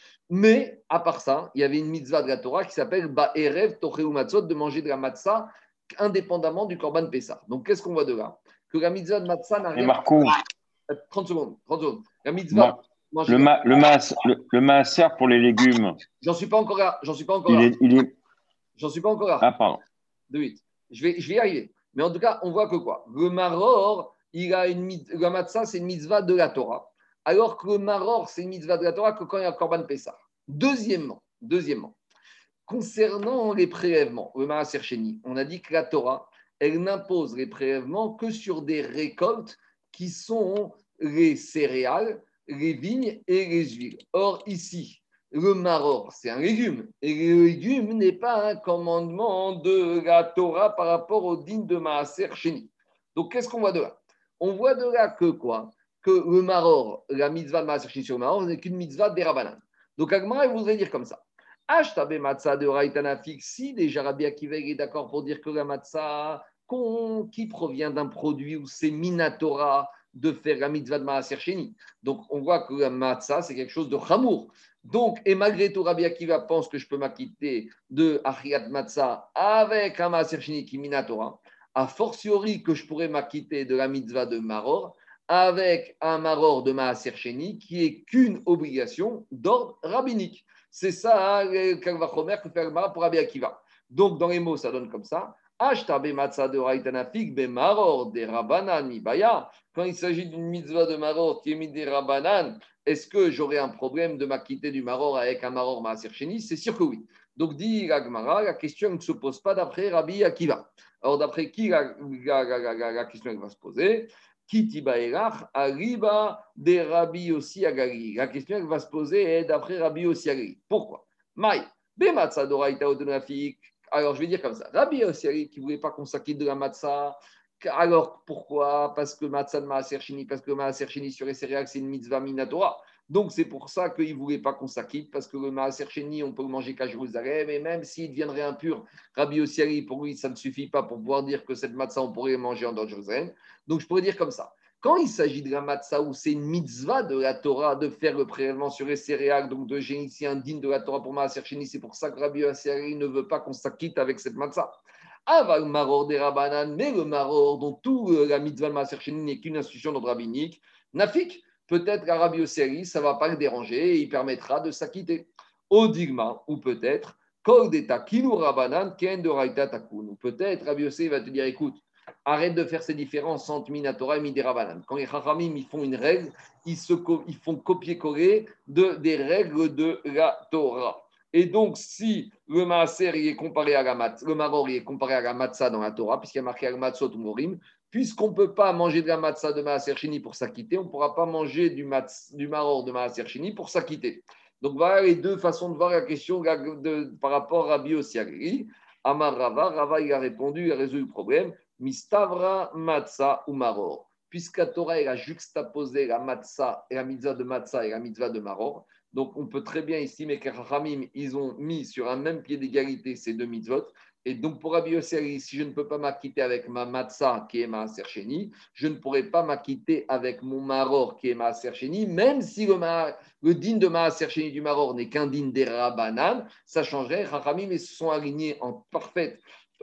Mais à part ça, il y avait une mitzvah de la Torah qui s'appelle Ba'erev Tocheu Matzot, de manger de la matzah indépendamment du Corban Pessah. Donc qu'est-ce qu'on voit de là? Que la mitzvah de matzah n'a Et rien. Marco, trente secondes, trente secondes. La mitzvah. Mar- le, ma, le, mas, le, le maaser pour les légumes, J'en suis pas encore là. J'en suis pas encore il là. est, il est... J'en suis pas encore là. Ah, pardon. De huit. Je vais, je vais y arriver. Mais en tout cas, on voit que quoi? Le maror, il a une la matzah, c'est une mitzvah de la Torah. Alors que le maror, c'est une mitzvah de la Torah que quand il y a le Corban Pessah. Deuxièmement, deuxièmement, concernant les prélèvements, le Maaser Sheni, on a dit que la Torah, elle n'impose les prélèvements que sur des récoltes qui sont les céréales, les vignes et les huiles. Or, ici, le maror, c'est un légume. Et le légume n'est pas un commandement de la Torah par rapport au digne de Maaser Sheni. Donc, qu'est-ce qu'on voit de là? On voit de là que quoi? Que le maror, la mitzvah de Maaser Sheni sur le maror, n'est qu'une mitzvah des Rabbanan. Donc, Agmara, il voudrait dire comme ça. Ashtabe matzah de Raïtanafik, si déjà Rabbi Akiva est d'accord pour dire que la matzah qui provient d'un produit où c'est minatora de faire la mitzvah de Maaser Sheni. Donc, on voit que la matzah, c'est quelque chose de chamour. Donc, et malgré tout, Rabbi Akiva pense que je peux m'acquitter de Achiyat matzah avec un Maaser Sheni qui minatora, a fortiori que je pourrais m'acquitter de la mitzvah de Maror avec un Maror de Maaser Sheni qui est qu'une obligation d'ordre rabbinique. C'est ça, le Kalvachomer que fait Agmara pour Rabbi Akiva. Donc, dans les mots, ça donne comme ça. Ashtabe matzah de Raïtanafik be Maror de Rabbanan mibaya. Quand il s'agit d'une mitzvah de Maror qui est mis des Rabbanan, est-ce que j'aurais un problème de m'acquitter du Maror avec un Maror Maaser Sheni? C'est sûr que oui. Donc, dit Agmara, la question ne se pose pas d'après Rabbi Akiva. Alors, d'après qui la, la, la, la, la question va se poser? Kitibaerach, Ariba, des Rabbi aussi Agali. La question elle va se poser est d'après Rabbi aussi Agali. Pourquoi? Maï, Bematsa Doraita Odonafik. Alors je vais dire comme ça. Rabbi aussi Agali qui ne voulait pas qu'on s'acquitte de la Matza. Alors pourquoi? Parce que Matza de Maaser Sheni, parce que Maaser Sheni sur les céréales, c'est une mitzvah minatora. Donc c'est pour ça qu'il ne voulait pas qu'on s'acquitte, parce que le Maaser Sheni, on peut le manger qu'à Jérusalem, et même s'il deviendrait impur, Rabbi Ossiari, pour lui, ça ne suffit pas pour pouvoir dire que cette matzah, on pourrait manger en dehors de Jérusalem. Donc je pourrais dire comme ça. Quand il s'agit de la matzah, où c'est une mitzvah de la Torah de faire le prélèvement sur les céréales, donc de génition indigne de la Torah pour Maaser Sheni, c'est pour ça que Rabbi Ossiari ne veut pas qu'on s'acquitte avec cette matzah. Aval maror des Rabbanan, mais le maror, dont tout euh, la mitzvah de Maaser Sheni n'est qu'une institution d'ordre rabbinique, nafik. Peut-être qu'à Rabbi Ossiari, ça ne va pas le déranger et il permettra de s'acquitter. Au digma, ou peut-être, kol d'eta kinu rabanan ken de raita takun. Ou peut-être Rabbi Ossiari va te dire, écoute, arrête de faire ces différences entre Minatora et Midirabanan. Quand les Chachamim ils font une règle, ils, se co- ils font copier-coller de, des règles de la Torah. Et donc, si le Maaser est comparé à la Matzah, le Maror est comparé à la Matzah dans la Torah, puisqu'il y a marqué al Matzot ou Morim, puisqu'on ne peut pas manger de la matzah de Maaser Sheni pour s'acquitter, on ne pourra pas manger du, matz, du maror de Maaser Sheni pour s'acquitter. Donc voilà les deux façons de voir la question de, de, par rapport à Rabbi Ossiari. Amar Rava, Rava il a répondu, il a résolu le problème. Mistavra matzah ou maror. Puisque la Torah elle a juxtaposé la matzah et la mitzvah de matzah et la mitzvah de maror, donc on peut très bien estimer que Ramim, ils ont mis sur un même pied d'égalité ces deux mitzvot. Et donc, pour Rabbi Ossiari, si je ne peux pas m'acquitter avec ma matzah, qui est Maaser Sheni, je ne pourrai pas m'acquitter avec mon maror, qui est Maaser Sheni, même si le, ma, le din de Maaser Sheni du maror n'est qu'un din des Rabbanan, ça changerait. Rachamim, ils se sont alignés en parfaite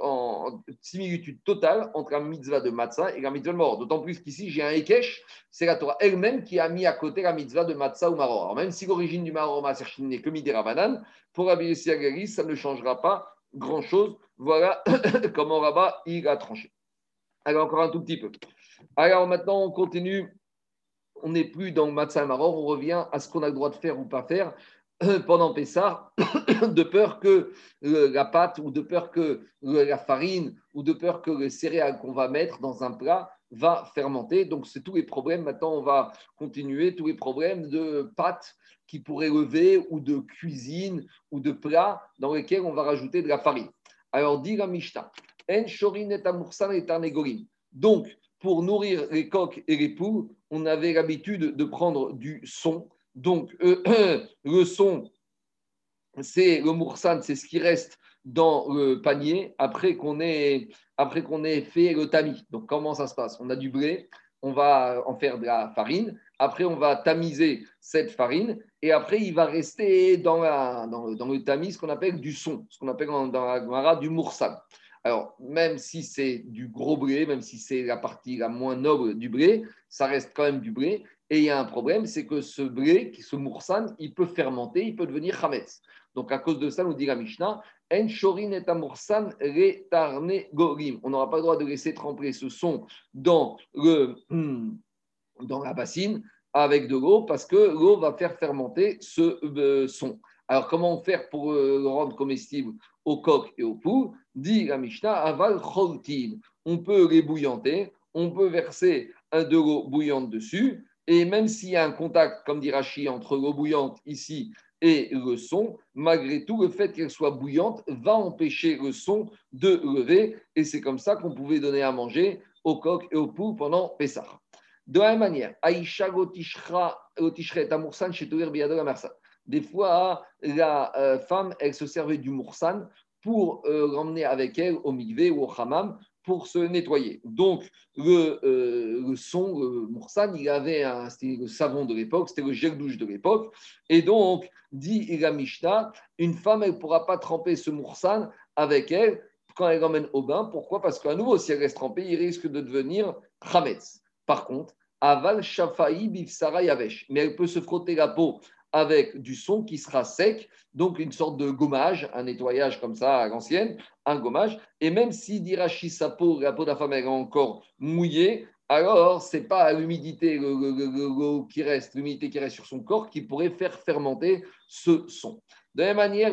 en similitude totale entre la mitzvah de matzah et la mitzvah de maror. D'autant plus qu'ici, j'ai un Ekesh, c'est la Torah elle-même qui a mis à côté la mitzvah de matzah ou maror. Alors, même si l'origine du maror Maaser Sheni n'est que Midei Rabbanan, pour Rabbi Ossiari, ça ne changera pas grand-chose. Voilà comment Rabat il a tranché. Alors, encore un tout petit peu. Alors, maintenant, on continue. On n'est plus dans le Matzah Maror. On revient à ce qu'on a le droit de faire ou pas faire pendant Pessah, de peur que euh, la pâte ou de peur que euh, la farine ou de peur que les céréales qu'on va mettre dans un plat va fermenter. Donc, c'est tous les problèmes. Maintenant, on va continuer tous les problèmes de pâte qui pourraient lever ou de cuisine ou de plats dans lesquels on va rajouter de la farine. Alors, dit la Mishnah, En shorin et amursan et tarnegorim. Donc, pour nourrir les coqs et les poules, on avait l'habitude de prendre du son. Donc, euh, le son, c'est le moursan, c'est ce qui reste dans le panier après qu'on ait, après qu'on ait fait le tamis. Donc, comment ça se passe? On a du blé, on va en faire de la farine, après, on va tamiser cette farine, et après, il va rester dans, la, dans, le, dans le tamis ce qu'on appelle du son, ce qu'on appelle dans, dans la Gemara du moursan. Alors, même si c'est du gros blé, même si c'est la partie la moins noble du blé, ça reste quand même du blé. Et il y a un problème, c'est que ce blé, ce moursan, il peut fermenter, il peut devenir chametz. Donc, à cause de ça, nous dit la Mishnah, En shorin et amursan retarne gorim. On n'aura pas le droit de laisser tremper ce son dans, le, dans la bassine avec de l'eau parce que l'eau va faire fermenter ce euh, son. Alors, comment faire pour euh, le rendre comestible aux coqs et aux poules? Dit la Mishnah, aval choltin. On peut les bouillanter, on peut verser un de l'eau bouillante dessus, et même s'il y a un contact, comme dit Rachi, entre l'eau bouillante ici et le son, malgré tout, le fait qu'elle soit bouillante va empêcher le son de lever, et c'est comme ça qu'on pouvait donner à manger aux coqs et aux poules pendant Pessah. De la même manière, Aïcha Gotishret Amursan chez Touir Biado la Mersa. Des fois, la euh, femme, elle se servait du moursan pour euh, l'emmener avec elle au mikvé ou au hammam pour se nettoyer. Donc, le, euh, le son, le moursan, il avait un, c'était le savon de l'époque, c'était le gel douche de l'époque. Et donc, dit la Mishnah, une femme, elle ne pourra pas tremper ce moursan avec elle quand elle l'emmène au bain. Pourquoi? Parce qu'à nouveau, si elle reste trempée, il risque de devenir chametz. Par contre, aval shafaï bifsara yavesh. Mais elle peut se frotter la peau avec du son qui sera sec, donc une sorte de gommage, un nettoyage comme ça à l'ancienne, un gommage. Et même si d'Irachi sa peau, la peau de la femme est encore mouillée, alors ce n'est pas l'humidité le, le, le, le, qui reste, l'humidité qui reste sur son corps qui pourrait faire fermenter ce son. De la même manière,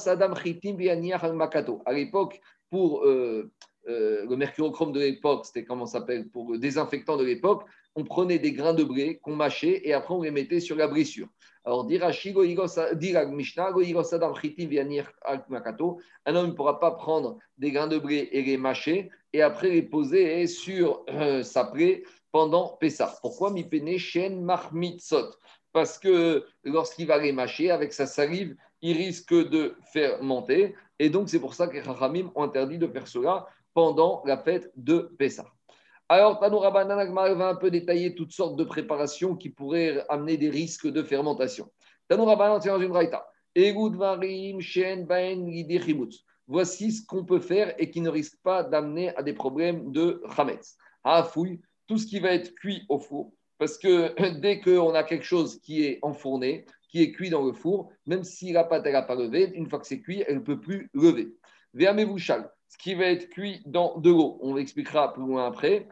à l'époque, pour euh, euh, le mercurochrome de l'époque, c'était comment ça s'appelle, pour le désinfectant de l'époque, on prenait des grains de blé qu'on mâchait et après on les mettait sur la blessure. Alors, dit la Mishnah, un homme ne pourra pas prendre des grains de blé et les mâcher et après les poser sur euh, sa plaie pendant Pessah. Pourquoi Mipene Shen Mahmitzot? Parce que lorsqu'il va les mâcher avec sa salive, il risque de fermenter. Et donc, c'est pour ça que les Chachamim ont interdit de faire cela pendant la fête de Pessah. Alors, Tanoura Banana va un peu détailler toutes sortes de préparations qui pourraient amener des risques de fermentation. Tanoura Banana, c'est dans une braïta. Voici ce qu'on peut faire et qui ne risque pas d'amener à des problèmes de chametz. À fouille, tout ce qui va être cuit au four, parce que dès qu'on a quelque chose qui est enfourné, qui est cuit dans le four, même si la pâte n'a pas levé, une fois que c'est cuit, elle ne peut plus lever. Veamevouchal, ce qui va être cuit dans de l'eau, on l'expliquera plus loin après.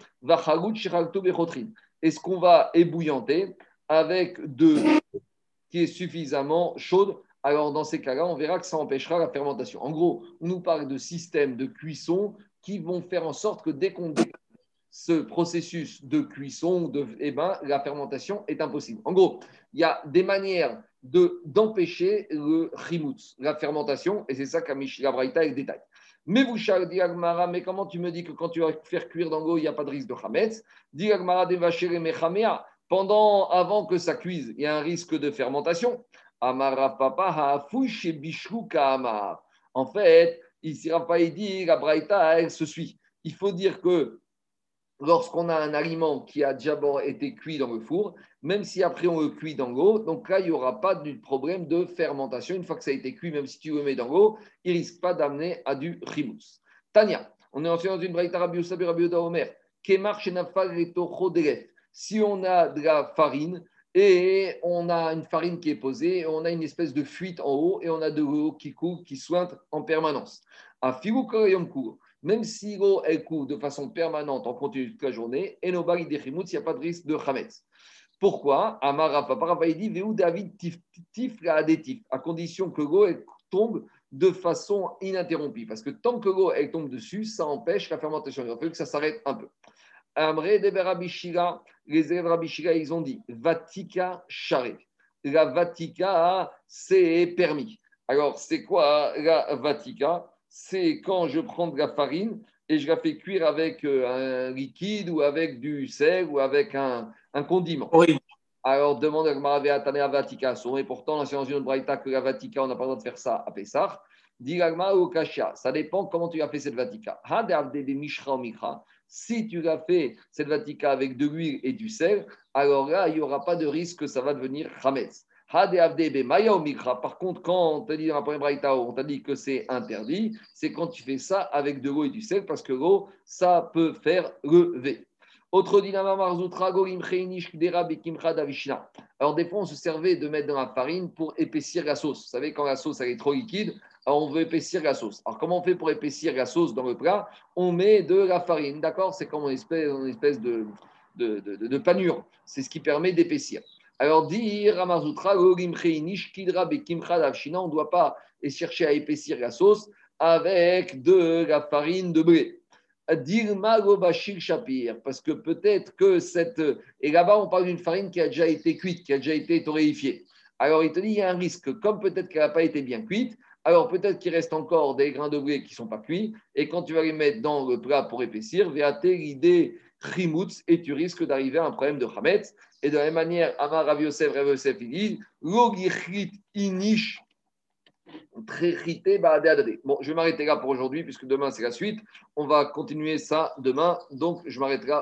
Et ce qu'on va ébouillanter avec de l'eau qui est suffisamment chaude. Alors, dans ces cas-là, on verra que ça empêchera la fermentation. En gros, on nous parle de systèmes de cuisson qui vont faire en sorte que dès qu'on déclenche ce processus de cuisson, de, eh ben, la fermentation est impossible. En gros, il y a des manières de, d'empêcher le chimoutz, la fermentation, et c'est ça qu'Amishra Braïta est détaille. Mais vous, dit Agmara, mais comment tu me dis que quand tu vas faire cuire dans l'eau, il n'y a pas de risque de chametz? Dit Agmara de vachere mechamea. Pendant, avant que ça cuise, il y a un risque de fermentation. Amara papa hafouche bishou kaamar. En fait, ici Raphaël dit, la Braïta, elle se suit. Il faut dire que lorsqu'on a un aliment qui a déjà été cuit dans le four, même si après on le cuit dans l'eau, donc là, il n'y aura pas de problème de fermentation. Une fois que ça a été cuit, même si tu le mets dans l'eau, il ne risque pas d'amener à du chimous. Tania, on est ensuite dans une braïta Rabbi Yosef et Rabbi Yehuda Omer. Kemar shenafal retocho delef. Si on a de la farine et on a une farine qui est posée, on a une espèce de fuite en haut et on a de l'eau qui coule, qui sointe en permanence. À Filouka Yom Kour, même si l'eau elle coule de façon permanente en continu toute la journée, et nos barils d'Echimout, il n'y a pas de risque de Hametz. Pourquoi? Amara Papa dit Véou David tif tif la adétif, à condition que l'eau elle tombe de façon ininterrompue. Parce que tant que l'eau elle tombe dessus, ça empêche la fermentation. Il a fallu que ça s'arrête un peu. Amré de Rabishira, les élèves Rabishira, ils ont dit Vatika Charé. La Vatika, c'est permis. Alors, c'est quoi la Vatika? C'est quand je prends de la farine et je la fais cuire avec un liquide ou avec du sel ou avec un, un condiment. Oui. Alors, demande à Gmara Ve'atane Avatika. Et pourtant, on a dans une autre braïta que la Vatika, on n'a pas le droit de faire ça à Pessah. Dit Gmara ou Kashia. Ça dépend comment tu as fait cette Vatika. Si tu l'as fait cette Vatika avec de l'huile et du sel, alors là, il n'y aura pas de risque que ça va devenir Hametz. Par contre, quand on t'a dit dans la première braïta, on t'a dit que c'est interdit, c'est quand tu fais ça avec de l'eau et du sel, parce que l'eau, ça peut faire lever. Autre dinama marzoutra gorim cheinish kdera bekimcha davishna. Alors des fois, on se servait de mettre dans la farine pour épaissir la sauce. Vous savez, quand la sauce elle est trop liquide, alors on veut épaissir la sauce. Alors comment on fait pour épaissir la sauce dans le plat? On met de la farine, d'accord? C'est comme une espèce, une espèce de, de, de, de, de panure. C'est ce qui permet d'épaissir. Alors, dire Ramazoutra, on ne doit pas chercher à épaissir la sauce avec de la farine de blé. Dire Magobashir Shapir, parce que peut-être que cette. Et là-bas, on parle d'une farine qui a déjà été cuite, qui a déjà été torréfiée. Alors, il te dit il y a un risque, comme peut-être qu'elle n'a pas été bien cuite, alors peut-être qu'il reste encore des grains de blé qui ne sont pas cuits, et quand tu vas les mettre dans le plat pour épaissir, véate l'idée Chimoutz, et tu risques d'arriver à un problème de Hametz. Et de la même manière, Amar Rav Yosef, Rav Yosef, il dit Logichrit inish trechité baadéadadé. Bon, je vais m'arrêter là pour aujourd'hui, puisque demain c'est la suite. On va continuer ça demain, donc je m'arrêterai là.